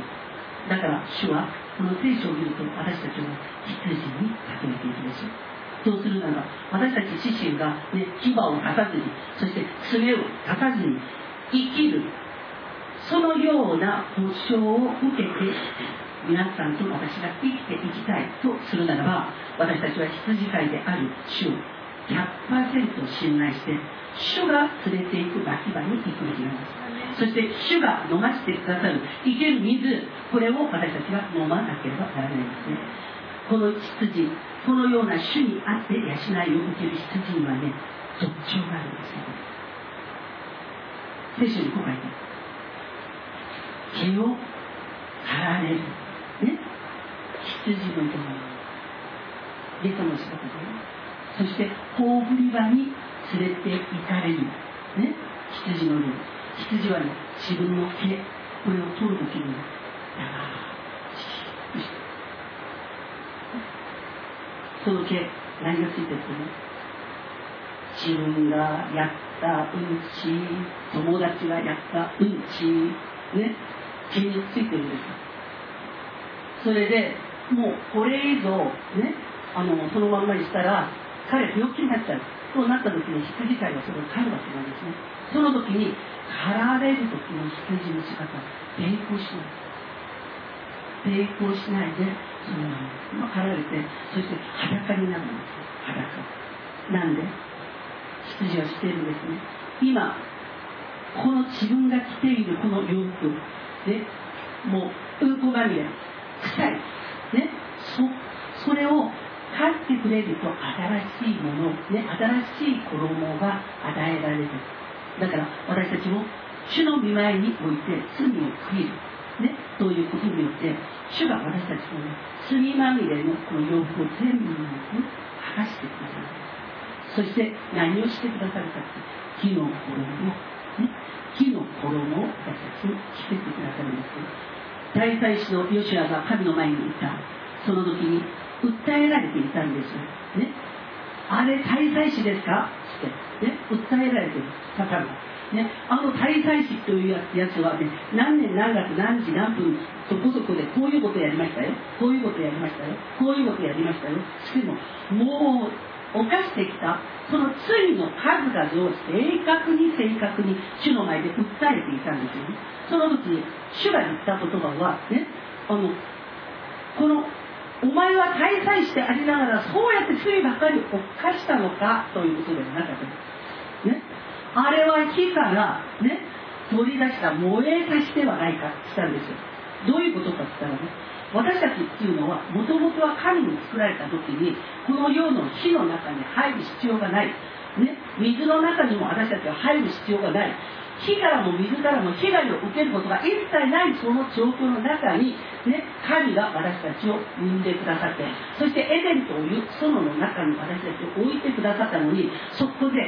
だから主はこの聖書を見ると、私たちを羊に例えているでしょう。そうするなら私たち自身が、ね、牙を立たずに、そして爪を立たずに生きる、そのような保証を受けて皆さんと私が生きていきたいとするならば、私たちは羊飼いである主を ひゃくパーセント 信頼して、主が連れて行く牧場に行くべきなんです。そして主が飲ませてくださる生ける水、これを私たちが飲まなければならないんですね。この羊、このような主にあって養いを受ける羊にはね、特徴があるんですよ。聖書にこう書いてある。毛を刈られる、ね、羊のようにイエス様の仕事で、そして頬振り場に連れて行かれる、ね、羊のように、羊はね、自分の毛、これを取るときに長くじっとして、その毛、何がついてるとね、自分がやったうんち、友達がやったうんち、ね、毛についてるんですよ。それでもうこれ以上ね、あのそのまんまにしたら彼病気になっちゃう。そうなった時に羊飼いはそれを飼うわけなんですね。その時に刈られる時の羊の仕方、抵抗しない。抵抗しないで、そのまま刈られて、そして裸になるんですよ。裸。なんで羊はしているんですね。今この自分が着ているこの洋服で、もううんこまみれ、臭い、ね、そ, それを飼ってくれると新しいもの、ね、新しい衣が与えられる。だから私たちも主の御前において罪を悔いる、ね、ということによって主が私たちの、ね、罪まみれのこの洋服を全部剥がしてくださる。そして何をしてくださるかって木の衣、ね、木の衣を私たちに着せてくださるんです。大祭司のヨシュアが神の前にいた、その時に訴えられていたんですよ、ね、あれ大祭司ですかって、ね、訴えられている方が、ね、あの大祭司というやつは、ね、何年何月何時何分そこそこでこういうことやりましたよ、こういうことやりましたよ、こういうことやりましたよ。でももう犯してきたその罪の数々を正確に正確に主の前で訴えていたんですよね。その時主が言った言葉はね、あのこのお前は大祭司でありながらそうやって罪ばかり犯したのかということではなかったです、ね、あれは火から、ね、取り出した燃えさしではないかって言ったんですよ。どういうことかって言ったらね、私たちっていうのはもともとは神に作られた時にこの世の火の中に入る必要がない、ね、水の中にも私たちは入る必要がない、火からも水からも被害を受けることが一切ないその状況の中に、ね、神が私たちを生んでくださって、そしてエデンという園の中に私たちを置いてくださったのに、そこで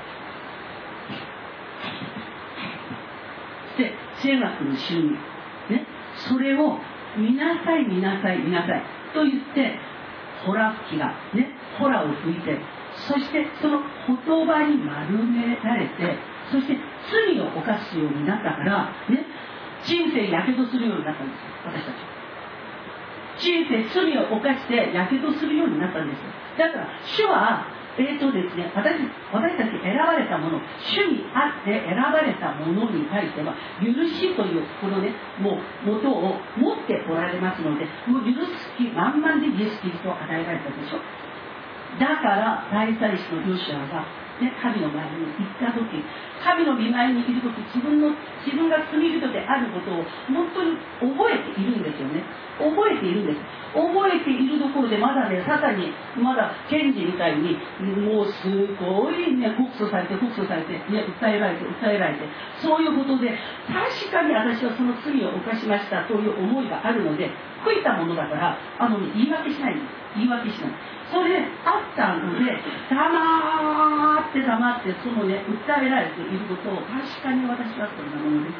で善悪の衆に、ね、それを見なさい見なさい見なさいと言ってホラ吹きが、ね、ホラを吹いて、そしてその言葉に丸められて、そして罪を犯すようになったから、ね、人生やけどするようになったんですよ。私たち人生罪を犯してやけどするようになったんですよ。だから主はえーとですね、私, 私たち選ばれたもの、主にあって選ばれたものに対しては許しというこのね、もう元を持っておられますので、もう許す気満々でイエス・キリストを与えられたでしょ。だから大祭司のヨシュアが、ね、神の前に行った時、神の御前にいる時、自分の自分が罪人であることを本当に覚えているんですよね。覚えているんです。覚えているところでまだね、サタンにまだ検事みたいにもうすごいね、告訴されて告訴されて、ね、訴えられて訴えられて、そういうことで確かに私はその罪を犯しましたという思いがあるので、悔いたものだからあの、ね、言い訳しないんです。言い訳しない。それであったので、黙って黙ってそのね、訴えられていることを確かに私はそんなものです。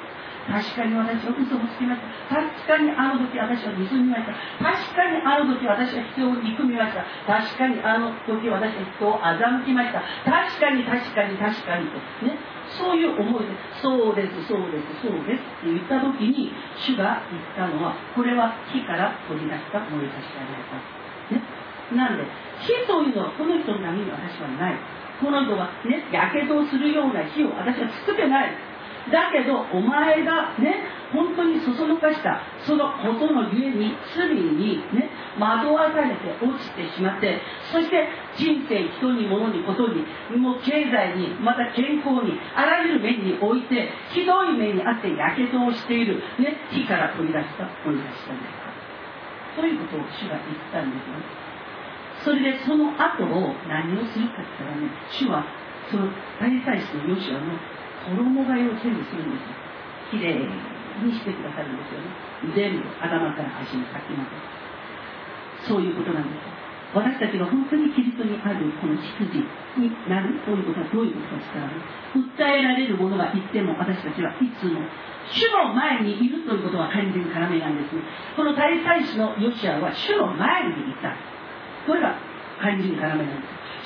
確かに私は嘘をつきました。確かにあの時私は盗みました。確かにあの時私は人を憎みました。確かにあの時私は人を欺きました。確かに確かに確かにとね、そういう思いで、そうですそうですそうですって言った時に主が言ったのは、これは火から取り出した燃えさせられた、ね、なんで火というのはこの人のために私はない。この人はね、やけどをするような火を私は作ってない。だけどお前がね、本当にそそのかしたそのことのゆえに罪にね、惑わされて落ちてしまって、そして人生、人に物にことに、もう経済に、また健康に、あらゆる面においてひどい目にあってやけどをしている、ね、火から取り出した取り出したんですか。そういうことを主が言ったんですよ。それでその後を何をするかって言ったらね、主はその大祭司のヨシュアの衣替えを全部するんですよ。きれいにしてくださるんですよね。全部頭から足の先まで。そういうことなんですよ。私たちが本当にキリストにあるこの羊になるということはどういうことですからね、訴えられるものがいっても、私たちはいつも主の前にいるということは完全に絡めなんですね。この大祭司のヨシュアは主の前にいた。これが肝心要なんです。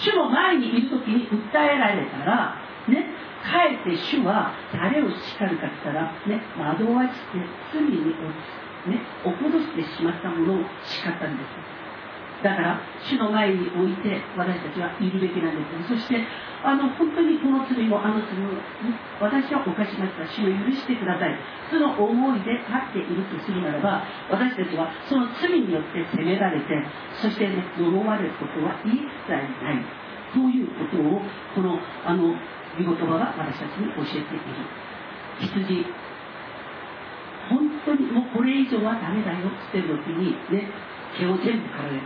主の前にいるときに訴えられたら、ね、かえって主は誰を叱るかって言ったら、ね、惑わして罪に落ち、ね、怒らせてしまったものを叱ったんです。だから主の前に置いて私たちはいるべきなんです。そしてあの本当にこの罪もあの罪も、ね、私は犯しました。主を許してください。その思いで立っているとするならば、私たちはその罪によって責められて、そして、ね、呪われることは一切ない。そういうことをこのあの御言葉が私たちに教えている。羊、本当にもうこれ以上はダメだよって言ってる時にね、毛を全部刈られる。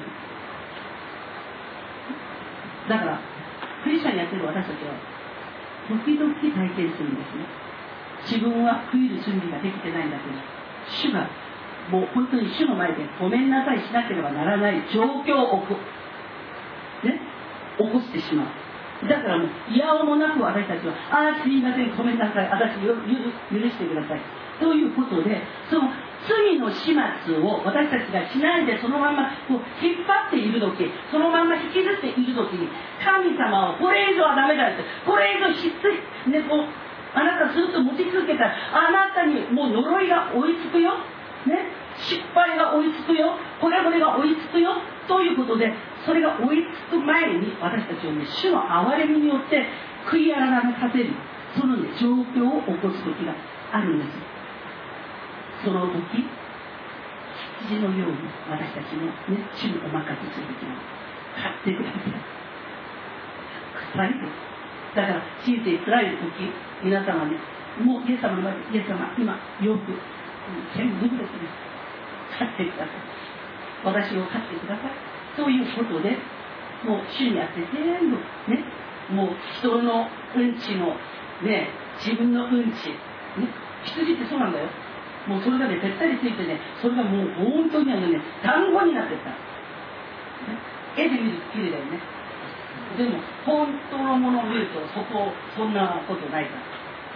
だからクリスチャンやってる私たちは時々体験するんですね。自分は悔いる準備ができてないんだけど、主がもう本当に主の前でごめんなさいしなければならない状況を起こ、ね、起こしてしまう。だからもういやおもなく私たちは、ああすいません、ごめんなさい、私よ許してくださいということで、その罪の始末を私たちがしないでそのままこう引っ張っている時、そのまま引きずっている時に、神様はこれ以上はダメだって、これ以上しつい、ね、こうあなたずっと持ち続けたらあなたにもう呪いが追いつくよ、ね、失敗が追いつくよ、これこれが追いつくよということで、それが追いつく前に私たちをね、主の憐れみによって悔い改めさせる、その、ね、状況を起こす時があるんです。その時、羊のように私たちも、ね、主にお任せするべきなの。勝ってください。腐りです。だから人生辛い時、皆様ね、もうイエス様の前で、イエス様今よく全部無力です。勝ってください。私を勝ってください。ということで、もう主にあって全部ね、もう人のうんちのね、自分のうんち、ね、羊ってそうなんだよ。もうそれがね、べったりついてね、それがもう本当にあのね、団子になってた。ね、絵で見ると綺麗だよね。でも本当のものを見るとそこそんなことないから。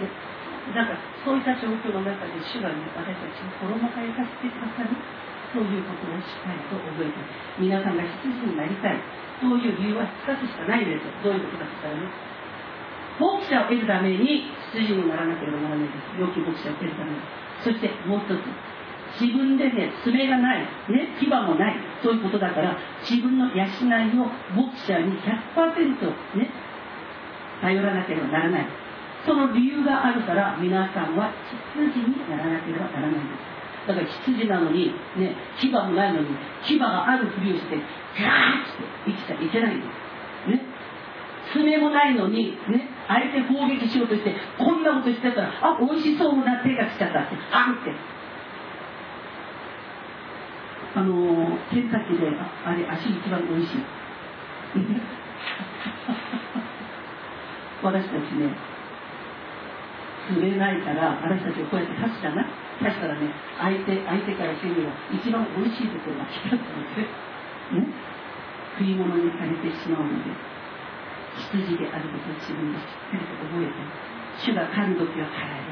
ね、だからそういった状況の中で主がね、私たちに衣替えさせてくださる。そういうことをしっかりと覚えて、皆さんが羊になりたい。そういう理由はふたつしかないんですよ。どういうことかって言ったらね、牧者を得るために羊にならなければならないです。良き牧者を得るために。そしてもう一つ、自分でね、爪がない、ね、牙もない、そういうことだから、自分の養いを牧者に ひゃくパーセント ね、頼らなければならない。その理由があるから、皆さんは羊にならなければならないんです。だから羊なのに、ね、牙もないのに、牙があるふりをして、ガーッと生きちゃいけないんです。ね。爪もないのに、ね、相手攻撃しようとして、こんなことしてたら、あ、美味しそうな手が来ちゃったって、あんって。あのー、ケンタッキーで、あ, あれ、足一番美味しい。私たちね、爪ないから、私たちをこうやって刺したな。刺したらね、相手、相手からしてみれば、一番美味しいところが来たんですよ。ね。食い物にされてしまうので。羊であることを自分でしっかりと覚えて、主が狩るときは狩られる。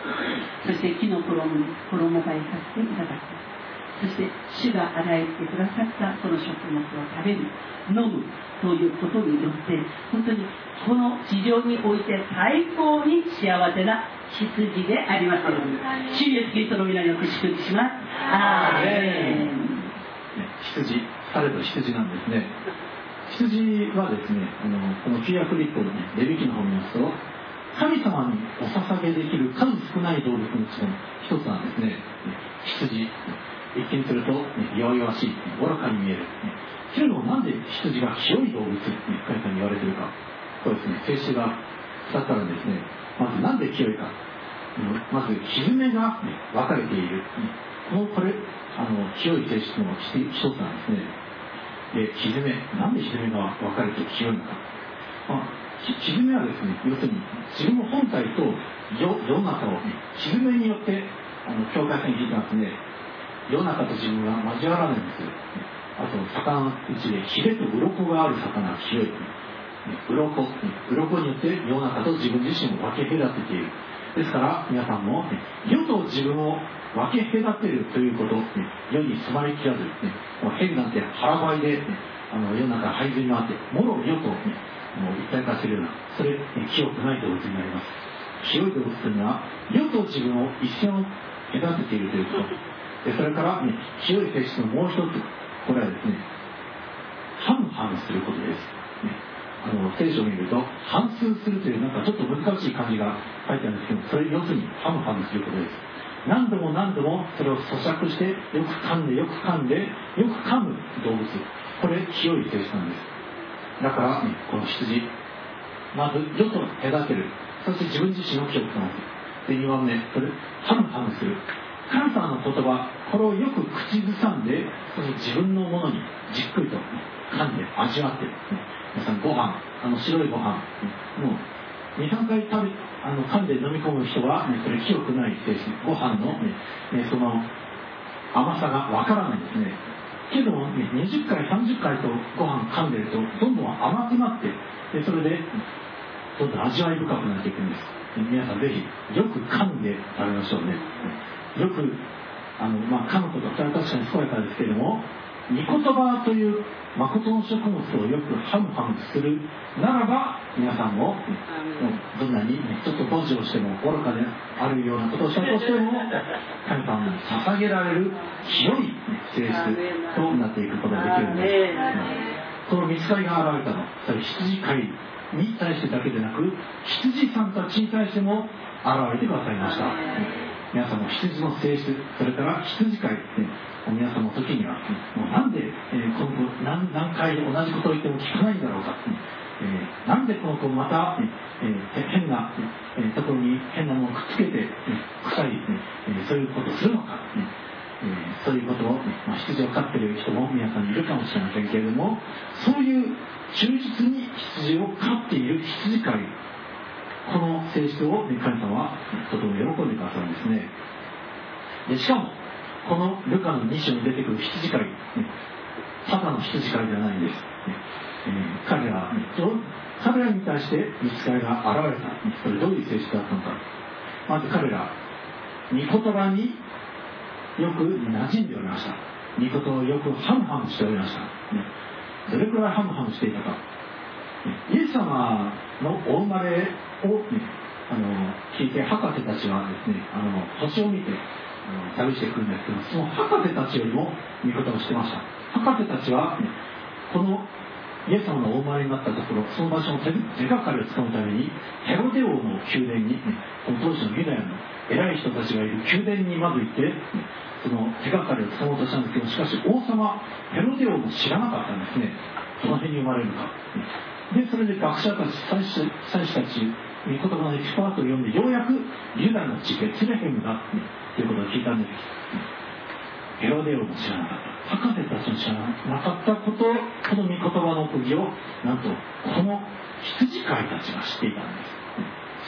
そして木の衣に衣替えさせていただきます。そして主が与えてくださったこの食物を食べる、飲むということによって本当にこの地上において最高に幸せな羊でありますように、主イエスキリストの皆によって祝福します。アーメン。 羊、彼と羊なんですね。羊はですね、あのこの旧約立法の、ね、レビ記の方を見ますと、神様にお捧げできる数少ない動物のうちの一つなんですね。羊。一見すると、ね、弱々しい、愚かに見える。けれどもなんで羊が清い動物って神様に言われているか。そうですね、聖書がふたつあるんですね。まずなんで清いか。まず、ひずめが、ね、分かれている。この、これ、あの、清い性質の一つなんですね。で、ひずめ、なんでひずめが分かれて清いのか。まあ、ひずめはですね、要するに自分の本体と世の中を、ね、ひずめによって、あの、境界線に引いてますね。世の中と自分が交わらないんですよ。あと、魚のうちでヒレと鱗がある魚は清い。鱗、鱗によって世の中と自分自身を分け隔てている。ですから皆さんも世と自分を分け隔てるということ、世に染まりきらず、変なんて腹ばいであの世の中這いずり回ってもろ世ともう一体化するような、それ清くない動物になります。清い動物というのは世と自分を一線を隔てているということ。でそれから、ね、清い性質のもう一つ、これはですね、ハムハムすることです。ね、あの聖書を見ると、反数するというなんかちょっと難しい漢字が書いてあるんですけど、それ要するにハムハムすることです。何度も何度もそれを咀嚼して、よく噛んで、よく噛んで、よく噛む動物。これ、清い性質なんです。だから、ね、この羊、まず世と隔てる。そして自分自身を清く保つ。で、にばんめ、それ、ハムハムする。神様の言葉、これをよく口ずさんで、その自分のものにじっくりと噛んで味わってる。皆さん、ご飯、あの白いご飯、もうに、さんかい食べあの噛んで飲み込む人は、ね、それ清くない性質、ご飯の、ね、その甘さがわからないんですね。けども、ね、にじゅっかい、さんじゅっかいとご飯噛んでると、どんどん甘くなって、でそれでどんどん味わい深くなっていくんです。皆さん、ぜひよく噛んで食べましょうね。よくあの、まあ、噛むことは確かに健やかですけれども、御言葉という誠の食物をよくハムハムするならば、皆さんもどんなにちょっとドジをしても愚かであるようなことをしたとしても、神様に捧げられる清い性質となっていくことができるんです。この御使いが現れたの、それ羊飼いに対してだけでなく、羊さんたちに対しても現れてくださいました。皆さんも羊の性質、それから羊飼い、皆さんの時には、もうなんで、えー、この子 何, 何回同じことを言っても聞かないんだろうか、えー、なんでこの子また、えー、変な、えー、ところに変なものをくっつけて、えー、臭い、えー、そういうことをするのか、えー、そういうことを、まあ、羊を飼っている人も皆さんいるかもしれませんけれども、そういう忠実に羊を飼っている羊飼い、この性質を神様はとても喜んでくださるんですね。でしかもこのルカのに章に出てくる羊飼い、ただの羊飼いではないんです。えー、彼ら、彼らに対して御使いが現れた。それどういう性質だったのか。まず彼ら、御言葉によく馴染んでおりました。御言葉をよくハムハムしておりました。どれくらいハムハムしていたか。イエス様のお生まれを、ね、あの聞いて博士たちはですね、あの星を見てあの旅してくるんですけど、その博士たちよりも御言葉をしてました。博士たちは、ね、このイエス様のお生まれになったところ、その場所の手がかりをつかむためにヘロデ王の宮殿に、ね、この当時のユダヤの偉い人たちがいる宮殿にまず行って、ね、その手がかりをつかもうとしたんですけど、しかし王様ヘロデ王も知らなかったんですね。どの辺に生まれるか。で、それで学者たち、祭司たち、御言葉のエキスパートを読んで、ようやくユダの地、ベツレヘムだ、ね、ということを聞いたんです。ヘロデ王も知らなかった。博士たちも知らなかったこと、この御言葉の釘を、なんと、この羊飼いたちが知っていたんです。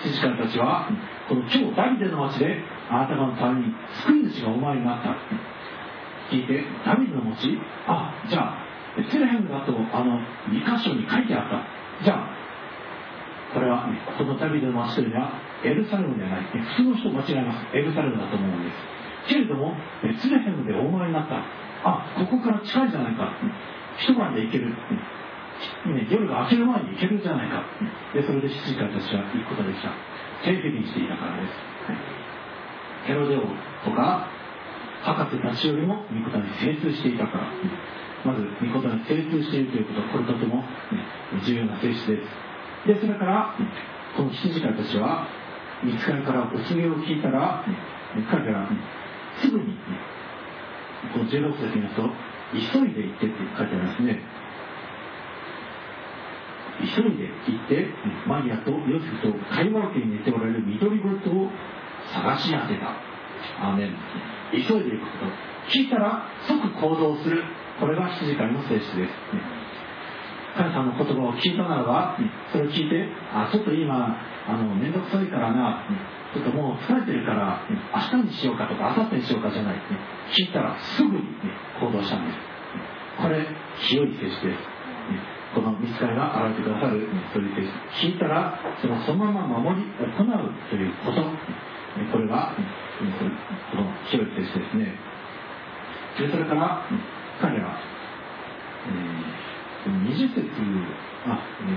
羊飼いたちは、この今日ダビデの町で、あなた方のために救い主がお前になった。聞いて、ダビデの町、あ、じゃあ、ベツレヘムだとあのに箇所に書いてあった。じゃあこれは、ね、このダビデの町というのはエルサレムではない。普通の人間違います。エルサレムだと思うんですけれども、ベツレヘムでお生まれになった。あ、ここから近いじゃないか。一晩で行ける。ね、夜が明ける前に行けるじゃないか。でそれで羊飼いたちは行くことができた。手振りにしていたからです。ヘロデ王とか博士たちよりも御事に精通していたから。まず御事に精通しているということは、これとても、ね、重要な性質です。でそれからこの羊飼いたちは御使いからお告げを聞いたら、彼らはすぐにこのじゅうろく節に見ますと、急いで行ってって書いてありますね。急いで行ってマリアとヨセフと会話家に寝ておられる緑子を探し当てた。アーメン。急いで行くこと、聞いたら即行動する、これが羊飼いの性質です。神様の言葉を聞いたならば、それを聞いて、あ、ちょっと今あの面倒くさいからな、ちょっともう疲れてるから明日にしようかとか明後日にしようかじゃない、聞いたらすぐに、ね、行動したんです。これ清い性質です。この御使いが現れてくださる、そういう性質、聞いたらそのそのまま守り行うということ、これがこの清い性質ですね。でそれから彼は、えー、にじゅう節、あ、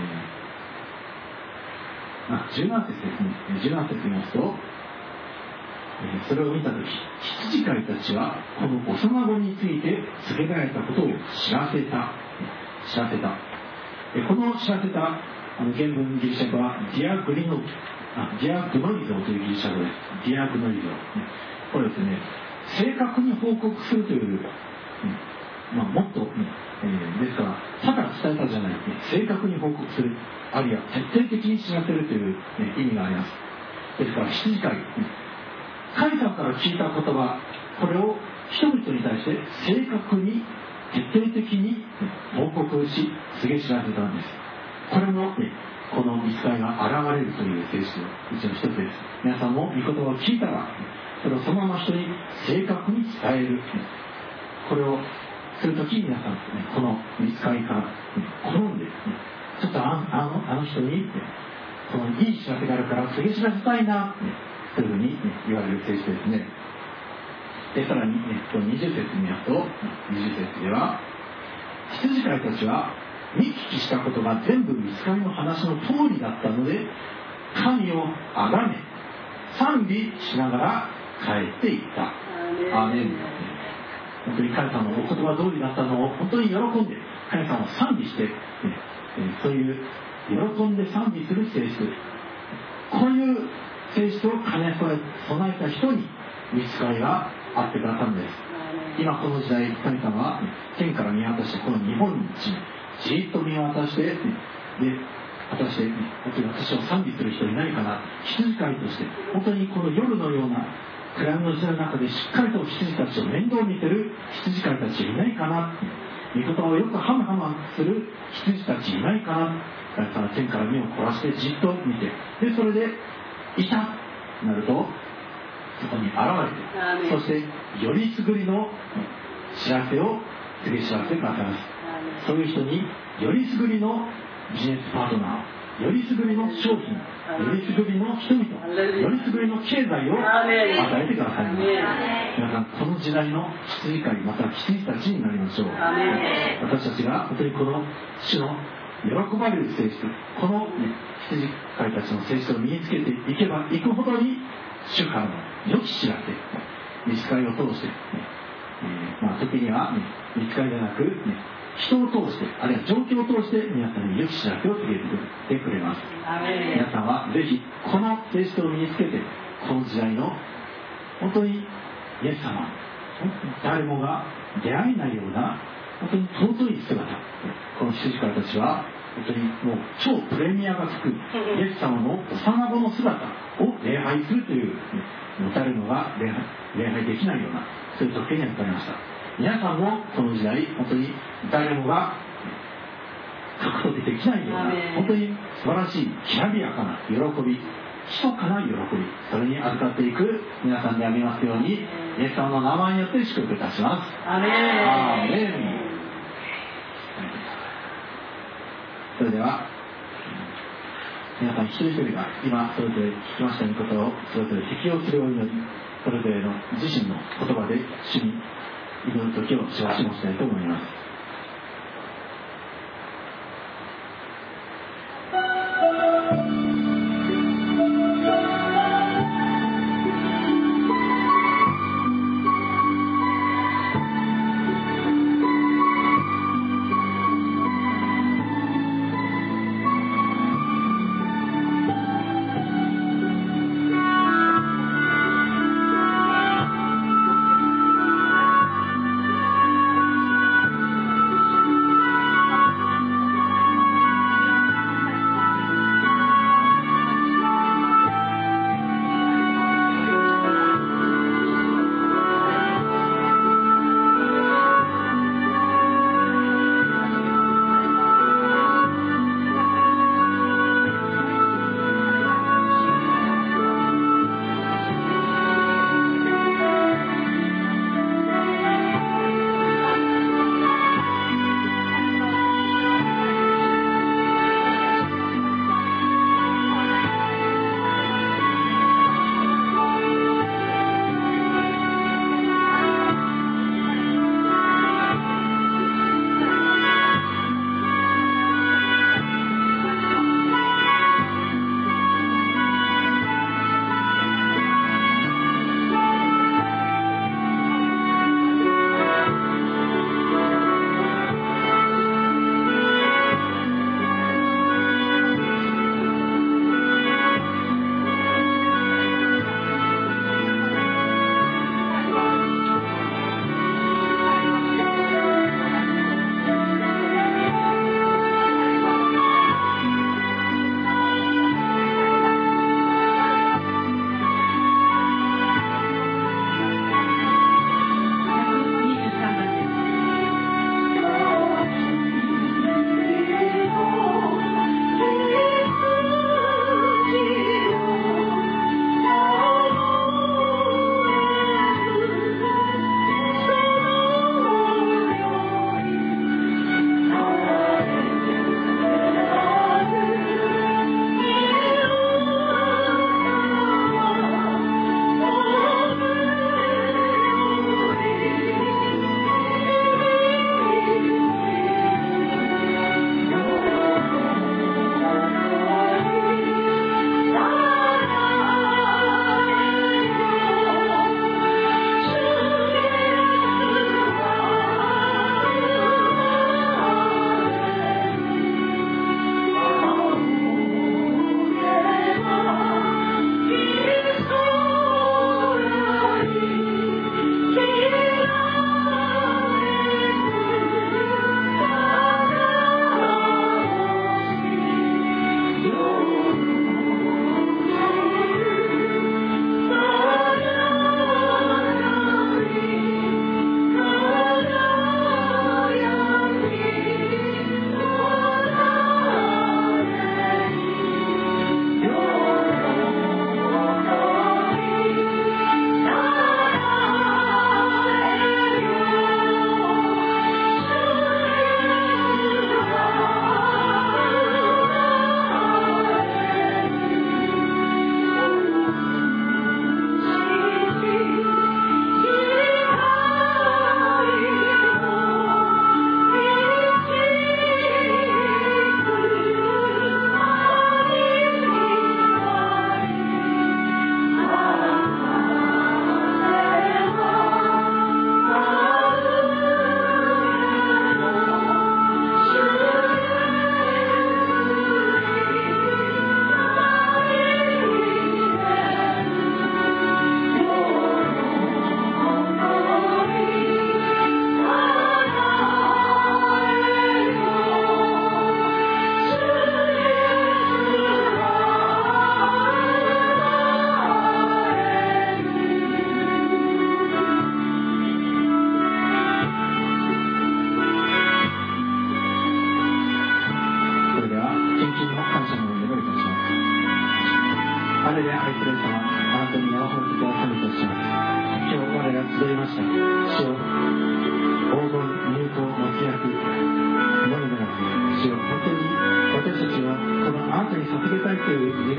えー、あじゅうなな節ですね。じゅうなな節見ますと、えー、それを見たとき、羊飼いたちはこの幼子について告げられたことを知らせた。知らせた。この知らせたあの原文ギリシャ語はディアグリノあディアグノリゾーというギリシャ語です。ディアグノリゾー、これですね、正確に報告するという、まあ、もっと、えー、ですからただ伝えたじゃない、正確に報告する、あるいは徹底的に知らせるという、ね、意味があります。ですから羊飼い、神様から聞いた言葉、これを人々に対して正確に徹底的に報告し告げ知らせたんです。これも、ね、この御使いが現れるという性質のうちの一つです。皆さんも御言葉を聞いたらそれをそのまま人に正確に伝える、これをするとき、皆さん、ね、この御使いから、ね、好んで、ね、ちょっとあの、あの、あの人に、ね、このいい知らせがあるから告げ知らせたいな、ね、そういうふうに、ね、言われる性質ですね。でさらに、ね、にじゅう節見ますと、にじゅう節では、羊飼いたちは見聞きしたことが全部御使いの話の通りだったので、神をあがめ賛美しながら帰っていった。アーメン。本当に神様のお言葉通りだったのを本当に喜んで神様を賛美して、ね、そういう喜んで賛美する性質、こういう性質を兼ね備えた人に御使いがあってくださるんです。今この時代、神様は天から見渡してこの日本にじっと見渡して、で果たして本当に私を賛美する人いないかな、羊飼いとして本当にこの夜のような暗闇の時代の中でしっかりと羊たちを面倒見てる羊飼いたちいないかな、御言葉をよくハムハムする羊たちいないかな、神様は天から目を凝らしてじっと見て、でそれでいたとなるとそこに現れて、そしてよりすぐりの知らせを告げ知らせてくださいます。そういう人によりすぐりのビジネスパートナー、よりすぐりの商品、よりすぐりの人々、よりすぐりの経済を与えてくださいます。皆さん、この時代の羊飼い、また羊たちになりましょう。私たちが本当にこの主の喜ばれる性質、この羊飼いたちの性質を身につけていけばいくほどに、主からの良き知らせ、御使いを通して、ねえーまあ、時には、ね、御使いでなく、ね、人を通して、あるいは状況を通して皆さんに良き知らせを告げてくれます。皆さんはぜひこの性質を身につけて、この時代の本当にイエス様、誰もが出会えないような本当に尊い姿、この羊飼いたちは本当にもう超プレミアがつくイエス様の幼子の姿を礼拝するという、持たれるのが礼拝、礼拝できないような、そういう特権に与えました。皆さんもこの時代、本当に誰もが獲得できないような、本当に素晴らしいきらびやかな喜び、密かな喜び、それに預かっていく皆さんでありますように、イエス様の名前によって祝福いたします。アメン。アーメン。それでは皆さん一人一人が今それぞれ聞きました御言葉をそれぞれ適用するようにそれぞれの自身の言葉で主に祈る時をしばし持ちたいと思います。 「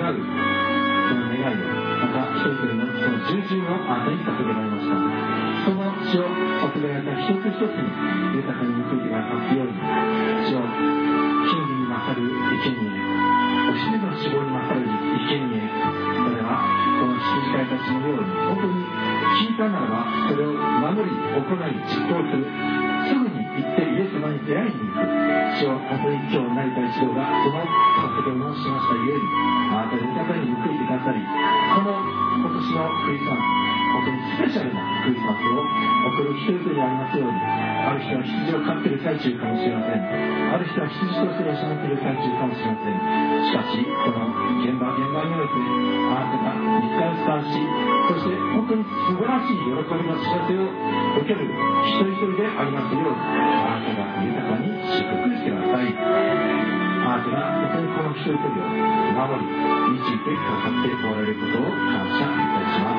願うその願いを、また一人一人のその従順をあなたに捧げられました。その血を捧げられた一つ一つに豊かに報いてくださったように、血を金銀に勝る生贄、お羊の脂肪に勝る生贄、それはこの羊飼いたちのように本当に聞いたならばそれを守り行い実行する、すぐに行ってイエス様に出会いに行く。主よ、本当に今日成田一郎がその捧げを申しましたゆえに、あなたが豊かに報いてくださり、この今年のクリスマス、本当にスペシャルなクリスマスを送る人々にありますように、ある人は羊を飼っている最中かもしれません。ある人は羊として養っている最中かもしれません。しかしこの現場現場においてあなたが見つかり伝わし、そして本当に素晴らしい喜びの知らせを受ける一人一人でありますように、あなたが豊かに祝福してください。あなたが本当にこの一人一人を守り導いてくださっておられることを感謝いたします。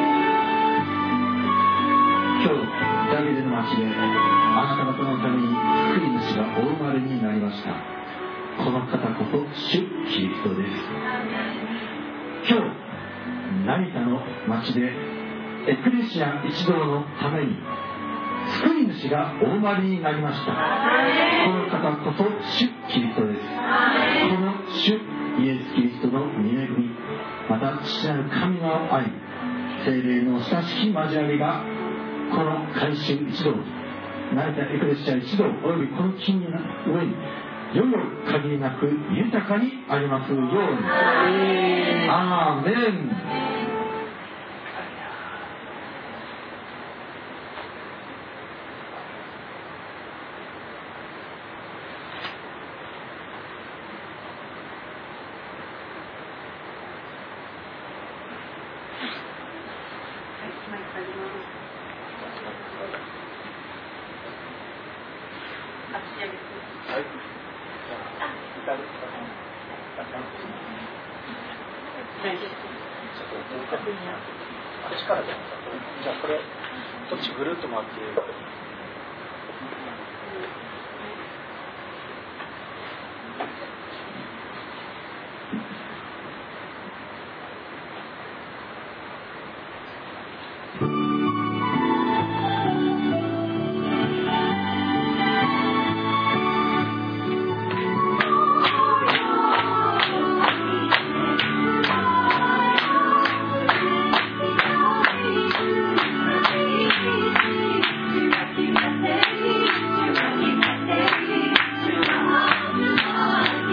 今日ダビデの町であなた方のために救い主がお生まれになりました。この方こそ主キリストです。今日成田の町でエクレシア一同のために救い主がお生まれになりました。この方こそ主キリストです。この主イエスキリストの御恵み、また父なる神の愛、聖霊の親しき交わりがこの改宗一同、成田エクレシア一同およびこの地の上に世よ限りなく豊かにありますように。アーメン。 じゃあこれこっちぐるっと回って 「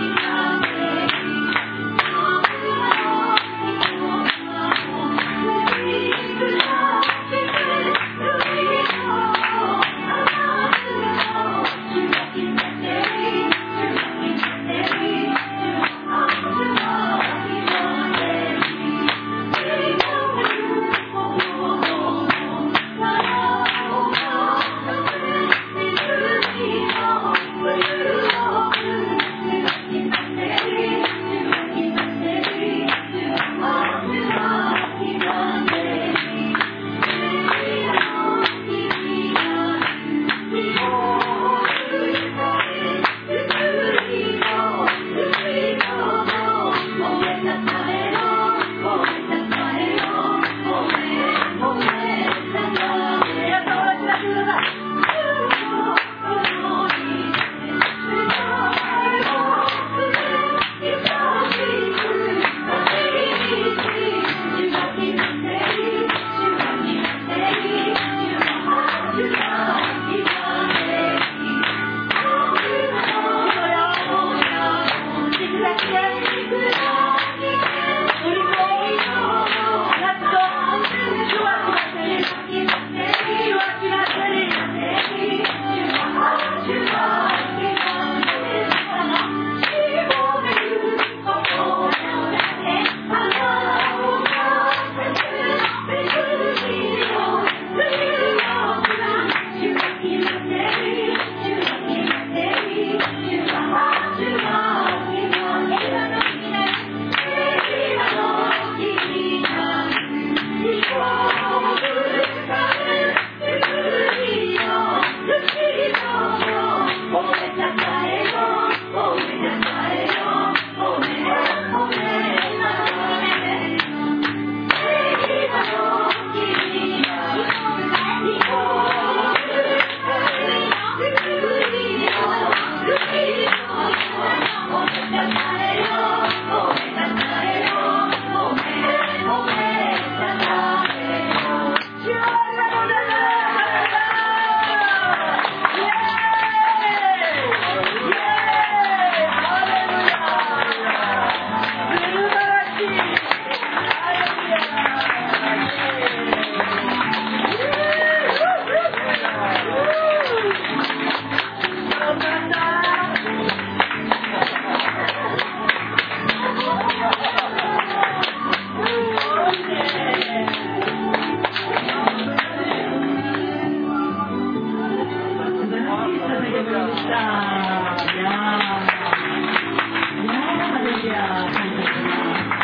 でもいいでした。いやー、いやー、ハレルヤ、感謝します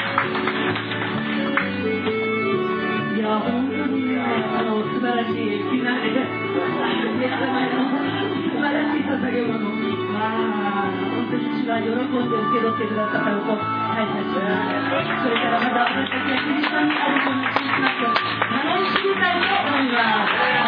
。いやー、本当にね、あの素晴らしい気がね、目の前の素晴らしい捧げ物、まあ、本当に主は喜んで受け取ってくださったこと、感謝します。それからまた私たちがキリストにあるとのクリスマスを楽しみたいと思います。